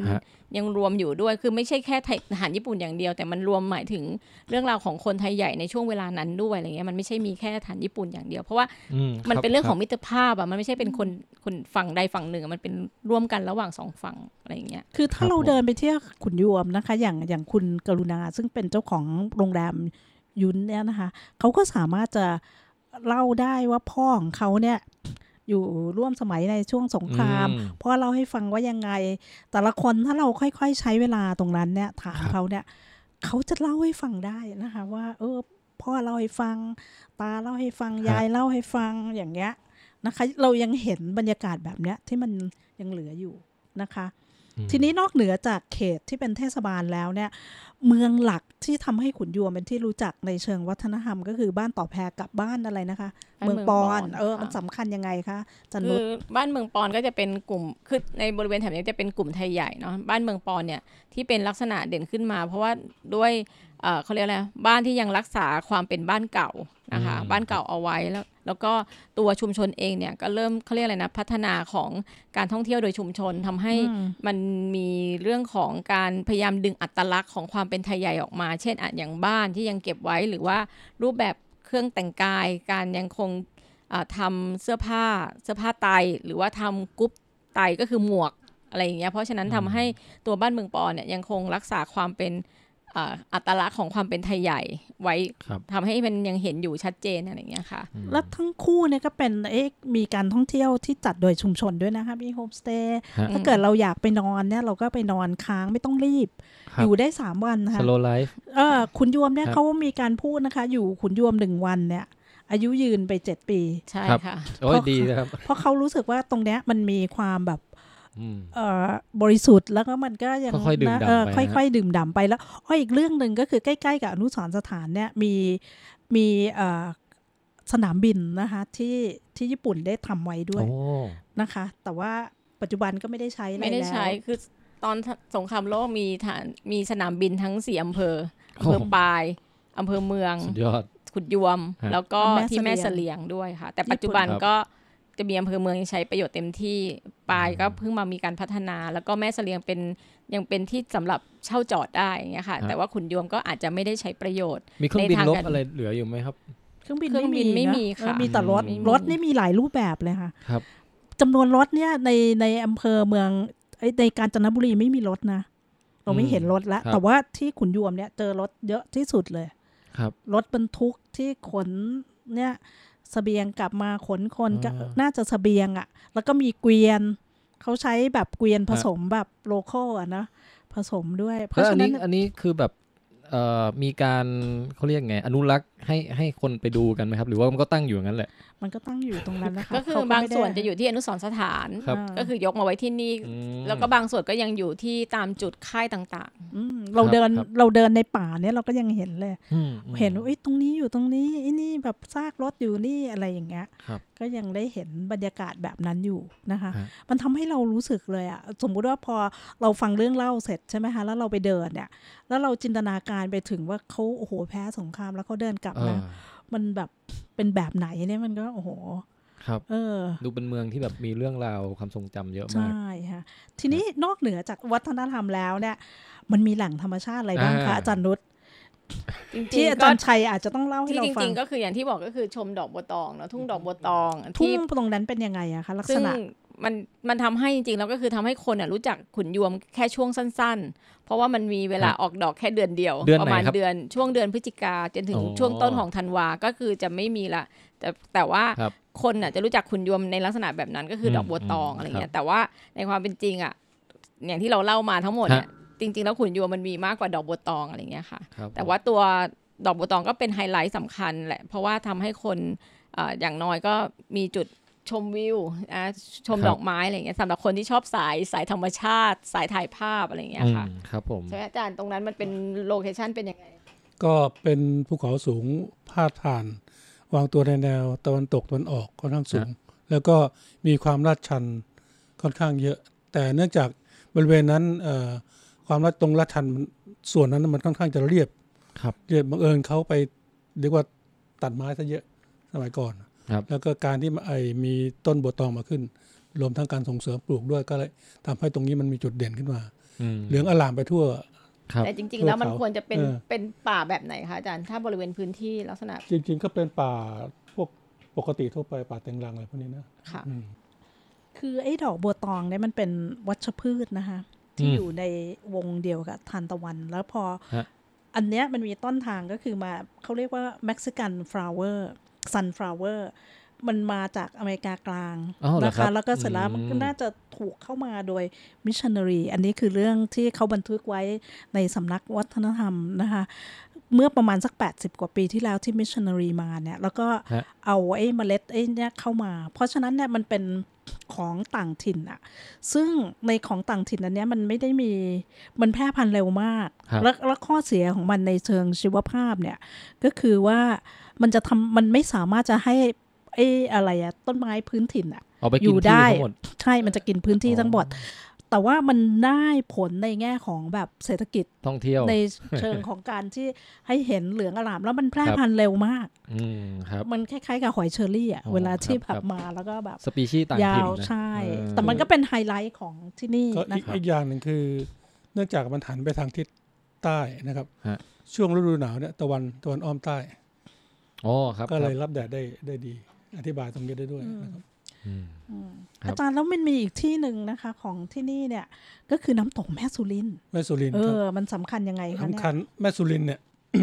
Speaker 2: ยังรวมอยู่ด้วยคือไม่ใช่แค่ทหารญี่ปุ่นอย่างเดียวแต่มันรวมหมายถึงเรื่องราวของคนไทยใหญ่ในช่วงเวลานั้นด้วยอะไรเงี้ยมันไม่ใช่มีแค่ทหารญี่ปุ่นอย่างเดียวเพราะว่ามันเป็นเรื่องของมิตรภาพอ่ะมันไม่ใช่เป็นคนฝั่งใดฝั่งหนึ่งมันเป็นร่วมกันระหว่างสองฝั่งอะไรอย่างเงี้ย
Speaker 1: คือถ้าเราเดินไปเที่ยวขุนยวมนะคะอย่างคุณกรุณาซึ่งเป็นเจ้าของโรงแรมยุนเนี่ยนะคะเขาก็สามารถจะเล่าได้ว่าพ่อของเขาเนี่ยอยู่ร่วมสมัยในช่วงสงครามพ่อเล่าให้ฟังว่ายังไงแต่ละคนถ้าเราค่อยๆใช้เวลาตรงนั้นเนี่ยถามเขาเนี่ยเขาจะเล่าให้ฟังได้นะคะว่าพ่อเล่าให้ฟังตาเล่าให้ฟังยายเล่าให้ฟังอย่างเงี้ยนะคะเรายังเห็นบรรยากาศแบบเนี้ยที่มันยังเหลืออยู่นะคะทีนี้นอกเหนือจากเขตที่เป็นเทศบาลแล้วเนี่ยเมืองหลักที่ทำให้ขุนยวมเป็นที่รู้จักในเชิงวัฒนธรรมก็คือบ้านต่อแพกับบ้านอะไรนะคะเมืองปอนมันสำคัญยังไงคะจันนุช
Speaker 2: คือบ้านเมืองปอนก็จะเป็นกลุ่มคือในบริเวณแถบนี้จะเป็นกลุ่มไทยใหญ่เนาะบ้านเมืองปอนเนี่ยที่เป็นลักษณะเด่นขึ้นมาเพราะว่าด้วยเขาเรียกอะไรบ้านที่ยังรักษาความเป็นบ้านเก่านะคะบ้านเก่าเอาไว้แล้วก็ตัวชุมชนเองเนี่ยก็เริ่มเขาเรียกอะไรนะพัฒนาของการท่องเที่ยวโดยชุมชนทำให้มันมีเรื่องของการพยายามดึงอัตลักษณ์ของความเป็นไทยใหญ่ออกมาเช่นอย่างบ้านที่ยังเก็บไว้หรือว่ารูปแบบเครื่องแต่งกายการยังคงทำเสื้อผ้าไตหรือว่าทำกุ๊บไตก็คือหมวกอะไรอย่างเงี้ยเพราะฉะนั้นทำให้ตัวบ้านเมืองปอนเนี่ยยังคงรักษาความเป็นอัตลักษณ์ของความเป็นไทยใหญ่ไว้ทำให้มันยังเห็นอยู่ชัดเจนอะไรอย่างเงี้ยค่ะ
Speaker 1: แล้วทั้งคู่เนี่ยก็เป็นมีการท่องเที่ยวที่จัดโดยชุมชนด้วยนะคะมีโฮมสเตย์ถ้าเกิดเราอยากไปนอนเนี่ยเราก็ไปนอนค้างไม่ต้องรีบอยู่ได้3วันนะคะ
Speaker 3: slow life
Speaker 1: ขุนยวมเนี่ยเขามีการพูดนะคะอยู่ขุนยวม1วันเนี่ยอายุยืนไป7 ปี
Speaker 2: ใช่ค่ะ
Speaker 3: โอ้ยดีนะครับ
Speaker 1: เพราะเขารู้สึกว่าตรงเนี้ยมันมีความแบบบริสุทธิ์แล้วก็มันก็ยัง
Speaker 3: ค่อยๆดื่มด่ำไป
Speaker 1: ค่อยๆดื่มด่ำไปแล้วอีกเรื่องหนึ่งก็คือใกล้ๆกับอนุสรณ์สถานเนี่ยมีสนามบินนะคะที่ญี่ปุ่นได้ทำไว้ด้วยนะคะแต่ว่าปัจจุบันก็ไม่ได้ใช้แล้ว
Speaker 2: ไม่ได้ใช้คือตอนสงครามโลกมีสนามบินทั้ง4อำเภอปายอำเภอเมืองขุนยวมแล้วก็ที่แม่เสลียงด้วยค่ะแต่ปัจจุบันก็จะมีอำเภอเมืองใช้ประโยชน์เต็มที่ปายก็เพิ่งมามีการพัฒนาแล้วก็แม่เสลียงยังเป็นที่สำหรับเช่าจอดได้อย่างเงี้ยค่ะแต่ว่าขุนยวมก็อาจจะไม่ได้ใช้ประโยชน์
Speaker 3: มีเครื่องบินรบอะไรเหลืออยู่ไหมครับ
Speaker 1: เครื่องบินไม่มีค่ะมีแต่รถนี่มีหลายรูปแบบเลยค่ะ
Speaker 3: ครับ
Speaker 1: จำนวนรถเนี่ยในอำเภอเมืองในกาญจนบุรีไม่มีรถนะเราไม่เห็นรถแล้วแต่ว่าที่ขุนยวมเนี่ยเจอรถเยอะที่สุดเลยรถบรรทุกที่ขนเนี่ยเสบียงกลับมาขนคนก็น่าจะเสบียงอ่ะแล้วก็มีเกวียนเขาใช้แบบเกวียนผสมแบบโลคอลอ่ะนะผสมด้วย
Speaker 3: เพราะฉะนั้นอันนี้คือแบบมีการเขาเรียกไงอนุรักษ์ให้คนไปดูกันไหมครับหรือว่ามันก็ตั้งอยู่อย่างนั้นแหละ
Speaker 1: มันก็ตั้งอยู่ตรงนั้นนะคะ
Speaker 2: ก็คือบางส่วนจะอยู่ที่อนุสรณ์สถานก็คือยกมาไว้ที่นี่แล้วก็บางส่วนก็ยังอยู่ที่ตามจุดค่ายต่าง
Speaker 1: ๆเราเดินในป่าเนี่ยเราก็ยังเห็นเลยเห็นว่าตรงนี้อยู่ตรงนี้นี่แบบซากรถอยู่นี่อะไรอย่างเงี้ยก็ยังได้เห็นบรรยากาศแบบนั้นอยู่นะคะมันทำให้เรารู้สึกเลยอะสมมุติว่าพอเราฟังเรื่องเล่าเสร็จใช่ไหมคะแล้วเราไปเดินเนี่ยแล้วเราจินตนาการไปถึงว่าเขาโอ้โหแพ้สงครามแล้วเขาเดินกลับนะมันแบบเป็นแบบไหนเนี่ยมันก็โอ้โห
Speaker 3: ครับดูเป็นเมืองที่แบบมีเรื่องราวความทรงจำเยอะมาก
Speaker 1: ใช่ค่ะทีนี้นอกเหนือจากวัฒนธรรมแล้วเนี่ยมันมีแหล่งธรรมชาติอะไรบ้างคะอาจารย์นุชที่อาจารย์ชัยอาจจะต้องเล่าให้เราฟัง
Speaker 2: จริงๆก็คืออย่างที่บอกก็คือชมดอกบัวตองเนาะทุ่งดอกบัวตอง
Speaker 1: ทุ่งตรงนั้นเป็นยังไงอะคะลักษณะ
Speaker 2: มันทำให้จริงๆแล้วก็คือทำให้คนรู้จักขุนยวมแค่ช่วงสั้นๆเพราะว่ามันมีเวลาออกดอกแค่เดือนเดียวประมาณช่วงเดือนพฤศจิกาจนถึงช่วงต้นของธันวาก็คือจะไม่มีละแต่ว่าคนจะรู้จักขุนยวมในลักษณะแบบนั้นก็คือดอกบัวตองอะไรเงี้ยแต่ว่าในความเป็นจริงอย่างที่เราเล่ามาทั้งหมดเนี่ยจริงๆแล้วขุนยวมมันมีมากกว่าดอกบัวตองอะไรเงี้ยค่ะแต่ว่าตัวดอกบัวตองก็เป็นไฮไลท์สำคัญแหละเพราะว่าทำให้คนอย่างน้อยก็มีจุดชมวิวชมดอกไม้อะไรเงี้ยสำหรับคนที่ชอบสายธรรมชาติสายถ่ายภาพอะไรเงี้ยค่ะ
Speaker 3: ครับผม
Speaker 2: ใช่อาจารย์ตรงนั้นมันเป็นโลเคชั่นเป็นยังไง
Speaker 4: ก็เป็นภูเขาสูงพาดผ่านวางตัวในแนวตะวันตกตะวันออกค่อนข้างสูงแล้วก็มีความลาดชันค่อนข้างเยอะแต่เนื่องจากบริเวณนั้นความลาดชันส่วนนั้นมันค่อนข้างจะเรียบบังเอิญเขาไปเรียกว่าตัดไม้ซะเยอะสมัยก่อนแล้วก็การที่มีต้นบัวตองมาขึ้นรวมทั้งการส่งเสริมปลูกด้วยก็เลยทำให้ตรงนี้มันมีจุดเด่นขึ้นมาเหลืองอลามไปทั่ว
Speaker 2: แต่จริงๆแล้วมันควรจะเป็นป่าแบบไหนคะอาจารย์ถ้าบริเวณพื้นที่ลักษณะ
Speaker 4: จริงๆก็เป็นป่าพวกปกติทั่วไปป่าแตงรังอะไรพวกนี้นะ
Speaker 2: ค่ะ
Speaker 1: คือไอ้ดอกบัวตองเนี่ยมันเป็นวัชพืชนะคะที่อยู่ในวงเดียวกับทานตะวันแล้วพออันเนี้ยมันมีต้นทางก็คือมาเขาเรียกว่า Mexican flower sunflower มันมาจากอเมริกากลางนะคะแล้วก็เสร็จแล้วมันก็น่าจะถูกเข้ามาโดยมิชชันนารีอันนี้คือเรื่องที่เขาบันทึกไว้ในสำนักวัฒนธรรมนะคะเมื่อประมาณสัก80กว่าปีที่แล้วที่มิชชันนารีมาเนี่ยแล้วก็เอาไอ้เมล็ดไอ้เนี่ยเข้ามาเพราะฉะนั้นเนี่ยมันเป็นของต่างถิ่นอะซึ่งในของต่างถิ่นอันเนี้ยมันไม่ได้มีมันแพร่พันธุ์เร็วมากแล้วข้อเสียของมันในเชิงชีวภาพเนี่ยก็คือว่ามันไม่สามารถจะให้ไอ้อะไรอะต้นไม้พื้นถิ่นอะอยู่ได้ใช่มันจะกินพื้นที่ทั้งหมดแต่ว่ามันได้ผลในแง่ของแบบเศรษฐกิจ
Speaker 3: ท่องเที่ยว
Speaker 1: ในเชิงของการที่ให้เห็นเหลืองอร่ามแล้วมันแพร่พันธุ์เร็วมากมันคล้ายๆกับหอยเชอรี่อ่ะเวลาที่แบบมาแล้วก็แบบ
Speaker 3: สปีชีส์ต่างถิ่นนะ
Speaker 1: ใช่แต่มันก็เป็นไฮไลท์ของที่นี่
Speaker 4: นะคะอีกอย่างหนึ่งคือเนื่องจากมันหันไปทางทิศใต้นะครับช่วงฤดูหนาวเนี่ยตะวันอ้อมใต้ก็เลยรับแดดได้ดีอธิบายตรงนี้ได้ด้วยนะครับ
Speaker 1: อาจารย์แล้วมันมีอีกที่หนึ่งนะคะของที่นี่เนี่ยก็คือน้ำตกแม่สุรินทร์มันสำคัญยังไงคะ
Speaker 4: สำคัญแม่สุรินทร์เนี่ย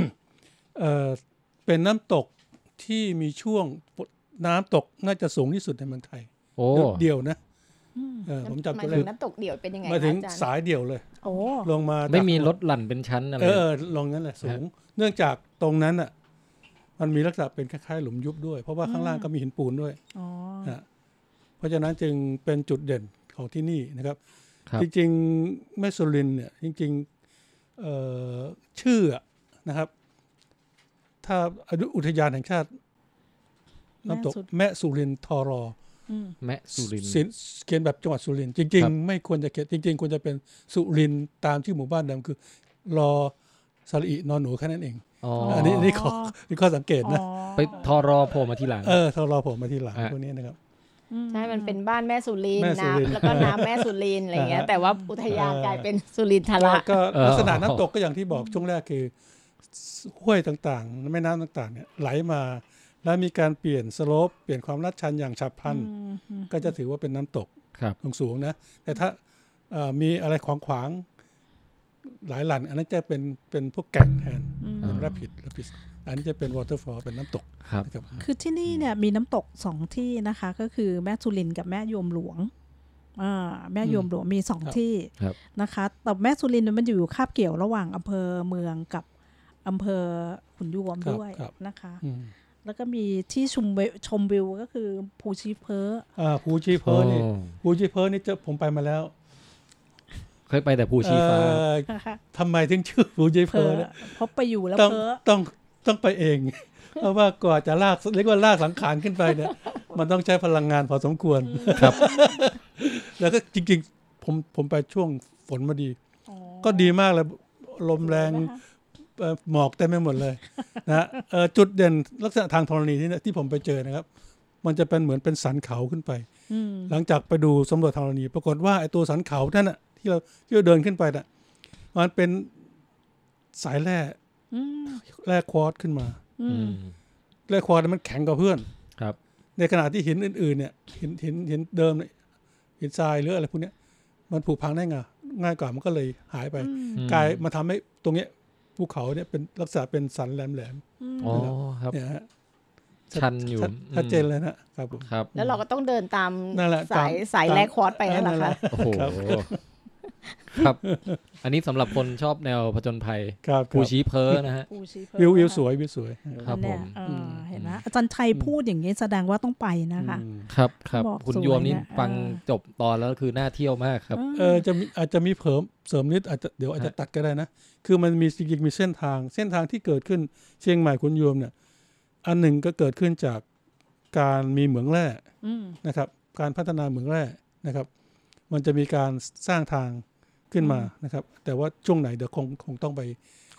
Speaker 4: เป็นน้ำตกที่มีช่วงน้ำตกน่าจะสูงที่สุดในเมืองไทยเดี่ยวนะผมจำตัวเลข
Speaker 2: น้ำตกเดี่ยวเป็นยังไง
Speaker 4: มาถึงสายเดี่ยวเลยลงมา
Speaker 3: ไม่มีรถหลั่นเป็นชั้นอะไร
Speaker 4: ลงนั้นแหละสูงเนื่องจากตรงนั้นอ่ะมันมีลักษณะเป็นคล้ายๆหลุมยุบด้วยเพราะว่าข้างล่างก็มีหินปูนด้วยเพราะฉะนั้นจึงเป็นจุดเด่นของที่นี่นะครับจริงๆแม่สุรินทร์เนี่ยจริงๆชื่อนะครับถ้าอุทยานแห่งชาติน้ำตกแม่สุรินทร์ทร
Speaker 3: แม่สุรินทร์
Speaker 4: เขียนแบบจังหวัดสุรินทร์จริงๆไม่ควรจะเขียนจริงๆควรจะเป็นสุรินทร์ตามชื่อหมู่บ้านเดิมคือรอสระอินอนหนูแค่นั้นเองอันนี้นี่ข้อสังเกตนะ
Speaker 3: ไปทรโผล่มาทีหลัง
Speaker 4: ทรโผล่มาทีหลังพวกนี้นะครับ
Speaker 2: ใช่มันเป็นบ้านแม่สุรินทร์น้ำแล้วก็น้ำแม่สุรินทร์อะไรเงี้ยแต่ว่าอุทยานกลายเป็นสุรินทระ
Speaker 4: ก็ลักษณะน้ำตกก็อย่างที่บอกช่วงแรกคือห้วยต่างๆแม่น้ำต่างๆเนี่ยไหลมาแล้วมีการเปลี่ยนสโลปเปลี่ยนความลาดชันอย่างฉับพลันก็จะถือว่าเป็นน้ำตกสูงนะแต่ถ้ามีอะไรขวางหลายหลั่นอันนั้นจะเป็นพวกแก่งแทนแรปิดอันนี้จะเป็นวอเตอร์ฟอลเป็นน้ำตก
Speaker 1: คือที่นี่เนี่ยมีน้ำตก2ที่นะคะก็คือแม่สุรินทร์กับแม่โยมหลวงแม่โยมหลวงมี2ที่นะคะแต่แม่สุรินทร์มันอยู่คาบเกี่ยวระหว่างอำเภอเมืองกับอำเภอขุนยวมด้วยนะคะแล้วก็มีที่ชมวิวก็คือภูชีเพอ
Speaker 4: ภูชีเพอนี่ผมไปมาแล้ว
Speaker 3: เคยไปแต่ภูชีฟ้า
Speaker 4: ทำไมถึงชื่อภูชีเพอ
Speaker 1: เพราะไปอยู่แล้วเพอ
Speaker 4: ต้องไปเองเพราะว่าก่อนจะเรียกว่าลากสังขารขึ้นไปเนี่ยมันต้องใช้พลังงานพอสมควรครับแล้วก็จริงๆผมไปช่วงฝนมาดีก็ดีมากเลยลมแรงหมอกเต็มไปหมดเลยนะจุดเด่นลักษณะทางธรณีที่ผมไปเจอนะครับมันจะเป็นเหมือนเป็นสันเขาขึ้นไปหลังจากไปดูสำรวจธรณีปรากฏว่าไอ้ตัวสันเขานั่นน่ะที่เราเดินขึ้นไปน่ะมันเป็นสายแร่ควอตซ์ขึ้นมาแร่ควอตซ์มันแข็งกว่าเพื่อน
Speaker 3: ครับ
Speaker 4: ในขณะที่หินอื่นๆเนี่ยหินเดิมเนี่ยหินทรายหรืออะไรพวกนี้มันผุพังได้ง่ายกว่ามันก็เลยหายไปกลายมาทำให้ตรงเนี้ยภูเขาเนี่ยเป็นลักษณะเป็นสันแหลม
Speaker 3: อ๋อครับ
Speaker 4: เนี่ยฮะ
Speaker 3: ชันอยู่
Speaker 4: ชัดเจนเลยนะครับผม
Speaker 2: แล้วเราก็ต้องเดินตามสายแร่ควอตซ์ไปนั่นแหละค่ะ
Speaker 3: โอ้โหครับอันนี้สำหรับคนชอบแนวผจญภัยภูชีเพอนะฮะ
Speaker 4: วิวสวย
Speaker 3: ครับผม
Speaker 1: เห็นไหมอาจารย์ชัยพูดอย่างนี้แสดงว่าต้องไปนะคะ
Speaker 3: ครับคุณโยมนี่ฟังจบตอนแล้วคือน่าเที่ยวมากครับ
Speaker 4: อาจจะมีเสริมนิดเดี๋ยวอาจจะตัดก็ได้นะคือมันมีจริงๆมีเส้นทางที่เกิดขึ้นเชียงใหม่คุณโยมเนี่ยอันหนึ่งก็เกิดขึ้นจากการมีเหมืองแร่นะครับการพัฒนาเหมืองแร่นะครับมันจะมีการสร้างทางขึ้นมานะครับแต่ว่าช่วงไหนเดี๋ยวคงต้องไป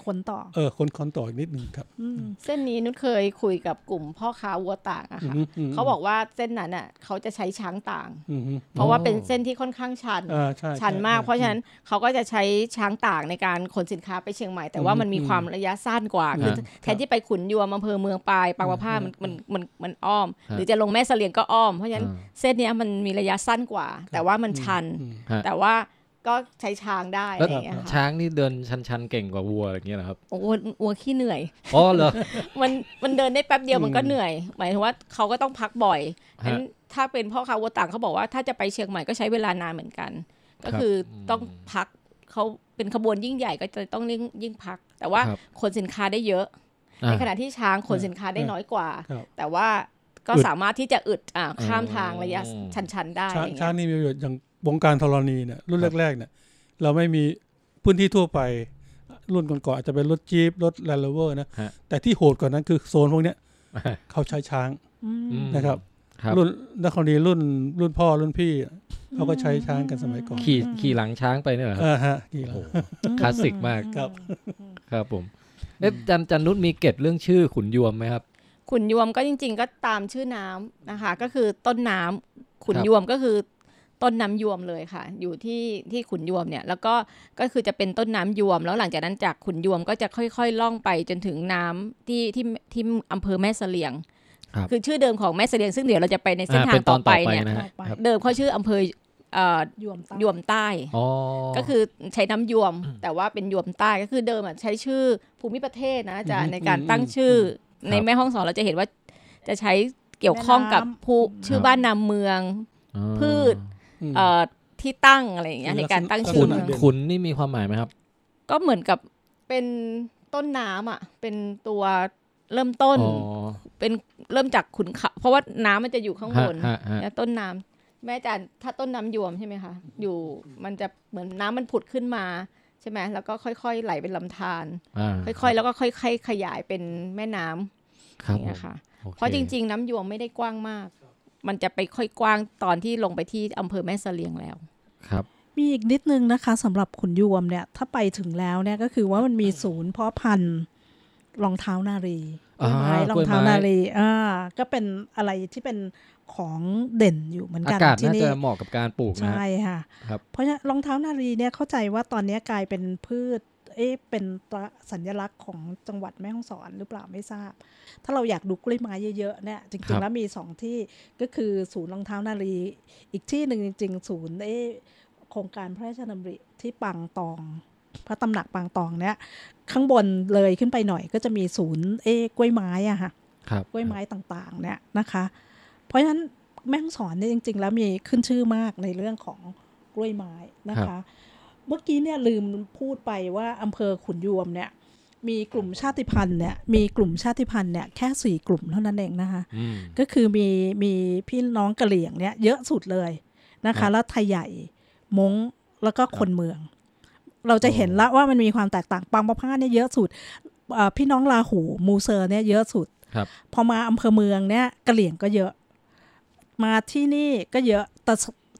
Speaker 1: คนต่อ
Speaker 4: คนต่ออีกนิดนึงครับ
Speaker 2: เส้นนี้นุชเคยคุยกับกลุ่มพ่อค้าวัวต่างอะค่ะเขาบอกว่าเส้นนั้นอะเขาจะใช้ช้างต่างเพราะว่าเป็นเส้นที่ค่อนข้างชันมากเพราะฉะนั้นเขาก็จะใช้ช้างต่างในการขนสินค้าไปเชียงใหม่แต่ว่ามันมีความระยะสั้นกว่าคือแทนที่ไปขุนยวมอำเภอเมืองปายปางมะผ้ามันอ้อมหรือจะลงแม่เสลียงก็อ้อมเพราะฉะนั้นเส้นนี้มันมีระยะสั้นกว่าแต่ว่ามันชันแต่ว่าก็ใช้ช้างได้อะไรอย่างเงี้ยค่ะ
Speaker 3: ช้างนี่เดินชันๆเก่งกว่าวัวอะไรอย่างเงี้ยเหรอครับ
Speaker 2: โอ้วัวขี้เหนื่อย
Speaker 3: อ๋อเหรอ
Speaker 2: มันเดินได้แป๊บเดียวมันก็เหนื่อยหมายถึงว่าเขาก็ต้องพักบ่อยงั้นถ้าเป็นพ่อค้าวัวต่างเขาบอกว่าถ้าจะไปเชียงใหม่ก็ใช้เวลานานเหมือนกันก็คือต้องพักเขาเป็นขบวนยิ่งใหญ่ก็จะต้องยิ่งพักแต่ว่าขนสินค้าได้เยอะในขณะที่ช้างขนสินค้าได้น้อยกว่าแต่ว่าก็สามารถที่จะอึดข้ามทางระยะชันๆได้
Speaker 4: ช้างนี่มีประโยชน์อย่างวงการธรณีเนี่ยรุ่นแรกๆเนี่ยเราไม่มีพื้นที่ทั่วไปรุ่นก่อนๆอาจจะเป็นรถจี๊ปรถแลนด์โรเวอร์นะแต่ที่โหดกว่านั้นคือโซนพวกเนี้ยเขาใช้ช้างนะครับรุ่นนักธรณีรุ่นพ่อรุ่นพี่เขาก็ใช้ช้างกันสมัยก่อน
Speaker 3: ขี่หลังช้างไปเนี่ยเหรอ
Speaker 4: ขี่หลัง
Speaker 3: คลาสสิกมากครับผมจันนุชมีเกร็ดเรื่องชื่อขุนยวมไหมครับ
Speaker 2: ขุนยวมก็จริงๆก็ตามชื่อน้ำนะคะก็คือต้นน้ำขุนยวมก็คือต้นน้ำยวมเลยค่ะอยู่ที่ขุนยวมเนี่ยแล้วก็คือจะเป็นต้นน้ำยวมแล้วหลังจากนั้นจากขุนยวมก็จะค่อยๆล่องไปจนถึงน้ำที่อำเภอแม่เสลียงคือชื่อเดิมของแม่เสลียงซึ่งเดี๋ยวเราจะไปในเส้นทางต่อไปเนี่ยเดิมเขาชื่ออำเภอยวมใต้ก็คือใช้น้ำยวมแต่ว่าเป็นยวมใต้ก็คือเดิมใช้ชื่อภูมิประเทศนะอาจารย์ในการตั้งชื่อในแม่ฮ่องสอนเราจะเห็นว่าจะใช้เกี่ยวข้องกับชื่อบ้านนามเมืองพืชที่ตั้งอะไรอย่างเงี้ยในการตั้งชื่อ
Speaker 3: ขุนนี่มีความหมายไหมครับ
Speaker 2: ก็เหมือนกับเป็นต้นน้ำเป็นตัวเริ่มต้นเป็นเริ่มจากขุนเขาเพราะว่าน้ำมันจะอยู่ข้างบนแล้วต้นน้ำแม่อาจารย์ถ้าต้นน้ำยวมใช่ไหมคะอยู่มันจะเหมือนน้ำมันผุดขึ้นมาใช่ไหมแล้วก็ค่อยๆไหลเป็นลำธารค่อยๆแล้วก็ค่อยๆขยายเป็นแม่น้ำอย่างเงี้ยค่ะเพราะจริงๆน้ำยวมไม่ได้กว้างมากมันจะไปค่อยกว้างตอนที่ลงไปที่อำเภอแม่เสลียงแล้ว
Speaker 3: ครับ
Speaker 1: มีอีกนิดนึงนะคะสำหรับขุนยวมเนี่ยถ้าไปถึงแล้วเนี่ยก็คือว่ามันมีศูนย์เพาะพันธุ์รองเท้านารีรองเท้านารีก็เป็นอะไรที่เป็นของเด่นอยู่เหมือนกัน
Speaker 3: ที่นี่อากาศน่าจะเหมาะกับการปลูกนะ
Speaker 1: ใช่ค่ะเพราะรองเท้านารีเนี่ยเข้าใจว่าตอนนี้กลายเป็นพืชเป็นสัญลักษณ์ของจังหวัดแม่ฮ่องสอนหรือเปล่าไม่ทราบถ้าเราอยากดูกล้วยไม้เยอะๆเนี่ยจริงๆแล้วมี2ที่ก็คือศูนย์รองเท้านารีอีกที่หนึ่งจริงๆศูนย์โครงการพระราชดำริที่ปางตองพระตำหนักปางตองเนี่ยข้างบนเลยขึ้นไปหน่อยก็จะมีศูนย์กล้วยไม้อะค่ะกล้วยไม้ต่างๆเนี่ยนะคะเพราะฉะนั้นแม่ฮ่องสอนเนี่ยจริงๆแล้วมีขึ้นชื่อมากในเรื่องของกล้วยไม้นะคะเมื่อกี้เนี่ยลืมพูดไปว่าอำเภอขุนยวมเนี่ยมีกลุ่มชาติพันธุ์เนี่ยแค่4กลุ่มเท่านั้นเองนะคะก็คือมีพี่น้องกะเหรี่ยงเนี่ยเยอะสุดเลยนะคะแล้วไทยใหญ่ม้งแล้วก็คนเมืองเราจะเห็นละว่ามันมีความแตกต่างปางมะผ้าเนี่ยเยอะสุดพี่น้องลาหูมูเซอร์เนี่ยเยอะสุดพอมาอำเภอเมืองเนี่ยกะเหรี่ยงก็เยอะมาที่นี่ก็เยอะแต่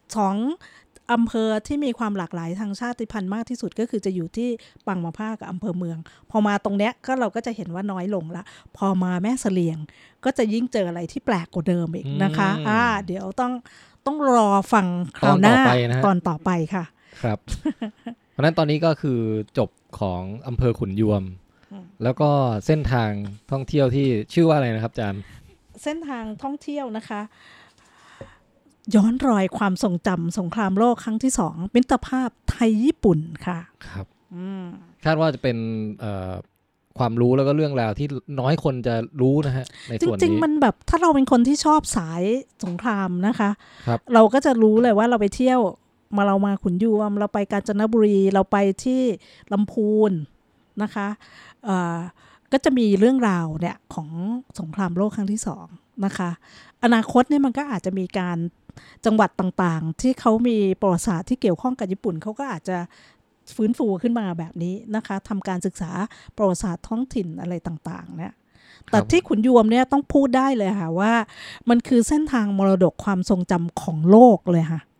Speaker 1: 2อำเภอที่มีความหลากหลายทางชาติพันธุ์มากที่สุดก็คือจะอยู่ที่ปางมะผ้ากับอำเภอเมืองพอมาตรงเนี้ยก็เราก็จะเห็นว่าน้อยลงละพอมาแม่เสลียงก็จะยิ่งเจออะไรที่แปลกกว่าเดิมอีกนะคะเดี๋ยวต้องรอฟังคราวหน้าตอนต่อไปค่ะ
Speaker 3: ครับเพราะนั้นตอนนี้ก็คือจบของอำเภอขุนยวมแล้วก็เส้นทางท่องเที่ยวที่ชื่อว่าอะไรนะครับอาจารย์
Speaker 1: เส้นทางท่องเที่ยวนะคะย้อนรอยความทรงจำสงครามโลกครั้งที่2มิตรภาพไทยญี่ปุ่นค่ะ
Speaker 3: ครับคาดว่าจะเป็นความรู้แล้วก็เรื่องราวที่น้อยคนจะรู้นะฮะในส่วนนี้
Speaker 1: จริงๆมันแบบถ้าเราเป็นคนที่ชอบสายสงครามนะคะเราก็จะรู้เลยว่าเราไปเที่ยวเรามาขุนยวมเราไปกาญจนบุรีเราไปที่ลำพูนนะคะก็จะมีเรื่องราวเนี่ยของสงครามโลกครั้งที่2นะคะอนาคตเนี่ยมันก็อาจจะมีการจังหวัดต่างๆที่เขามีประวัติศาสตร์ที่เกี่ยวข้องกับญี่ปุ่นเขาก็อาจจะฟื้นฟูขึ้นมาแบบนี้นะคะทำการศึกษาประวัติศาสตร์ท้องถิ่นอะไรต่างๆเนี่ยแต่ที่ขุนยวมเนี่ยต้องพูดได้เลยค่ะว่ามันคือเส้นทางมรดกความทรงจำของโลกเลยค่ะ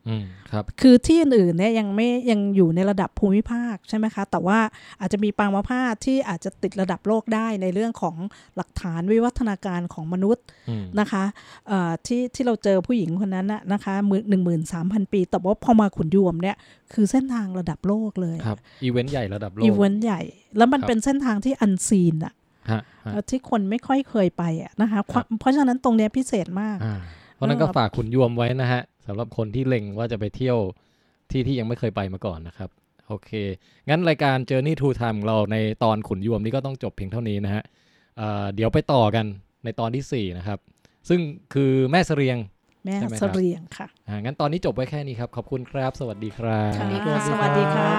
Speaker 3: ครับ
Speaker 1: คือที่อื่นๆเนี่ยยังอยู่ในระดับภูมิภาคใช่ไหมคะแต่ว่าอาจจะมีปางมะพร้าวที่อาจจะติดระดับโลกได้ในเรื่องของหลักฐานวิวัฒนาการของมนุษย์นะคะที่เราเจอผู้หญิงคนนั้นนะคะ13,000 ปีแต่ว่าพอมาขุนยวมเนี่ยคือเส้นทางระดับโลกเลย
Speaker 3: ครับอีเวนต์ใหญ่ระดับโลก
Speaker 1: อีเวนต์ใหญ่แล้วมันเป็นเส้นทางที่อันซีนที่คนไม่ค่อยเคยไปนะคะเพราะฉะนั้นตรงนี้พิเศษมาก
Speaker 3: เพราะนั้นก็ฝากขุนยวมไว้นะฮะสำหรับคนที่เล็งว่าจะไปเที่ยวที่ยังไม่เคยไปมาก่อนนะครับโอเคงั้นรายการ Journey Through Time ของเราในตอนขุนยวมนี้ก็ต้องจบเพียงเท่านี้นะฮะเดี๋ยวไปต่อกันในตอนที่4นะครับซึ่งคือแม่เสรียง
Speaker 1: เสรียงค่ะ
Speaker 3: งั้นตอนนี้จบไว้แค่นี้ครับขอบคุณครับสวัสดีครับ
Speaker 1: สวัสดีค่ะ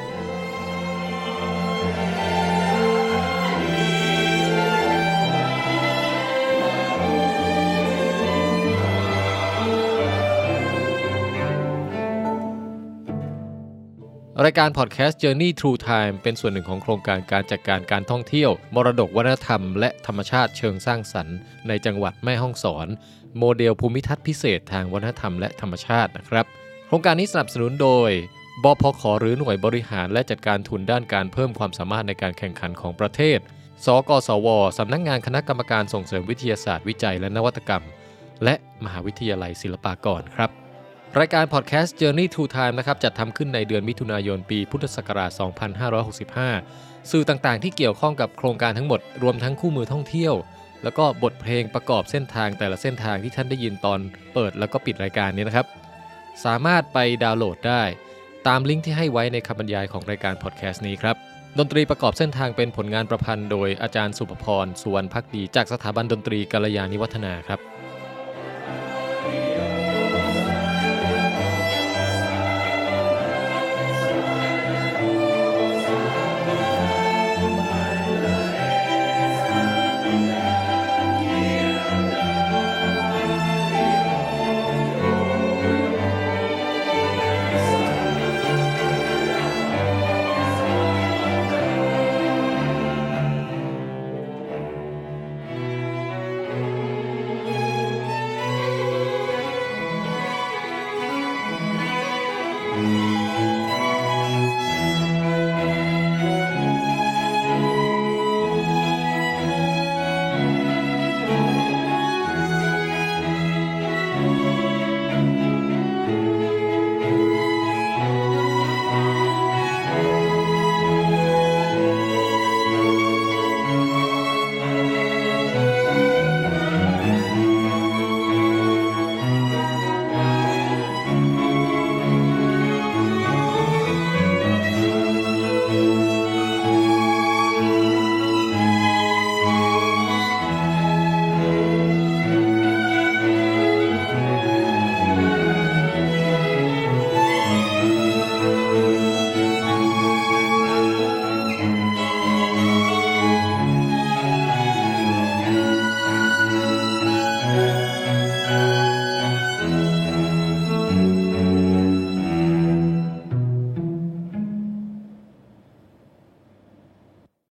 Speaker 3: รายการพอดแคสต์ Journey Through Time เป็นส่วนหนึ่งของโครงการการจัดการการท่องเที่ยวมรดกวัฒนธรรมและธรรมชาติเชิงสร้างสรรค์ในจังหวัดแม่ฮ่องสอนโมเดลภูมิทัศน์พิเศษทางวัฒนธรรมและธรรมชาตินะครับโครงการนี้สนับสนุนโดยบพข.หรือหน่วยบริหารและจัดการทุนด้านการเพิ่มความสามารถในการแข่งขันของประเทศสกสวสำนักงานคณะกรรมการส่งเสริมวิทยาศาสตร์วิจัยและนวัตกรรมและมหาวิทยาลัยศิลปากรครับรายการพอดแคสต์ Journey Through Time นะครับจัดทำขึ้นในเดือนมิถุนายนปีพุทธศักราช 2565 สื่อต่างๆที่เกี่ยวข้องกับโครงการทั้งหมดรวมทั้งคู่มือท่องเที่ยวแล้วก็บทเพลงประกอบเส้นทางแต่ละเส้นทางที่ท่านได้ยินตอนเปิดแล้วก็ปิดรายการนี้นะครับสามารถไปดาวน์โหลดได้ตามลิงก์ที่ให้ไว้ในคำบรรยายของรายการพอดแคสต์นี้ครับดนตรีประกอบเส้นทางเป็นผลงานประพันธ์โดยอาจารย์สุภพร สุวรรณภักดีจากสถาบันดนตรีกัลยาณิวัฒนาครับ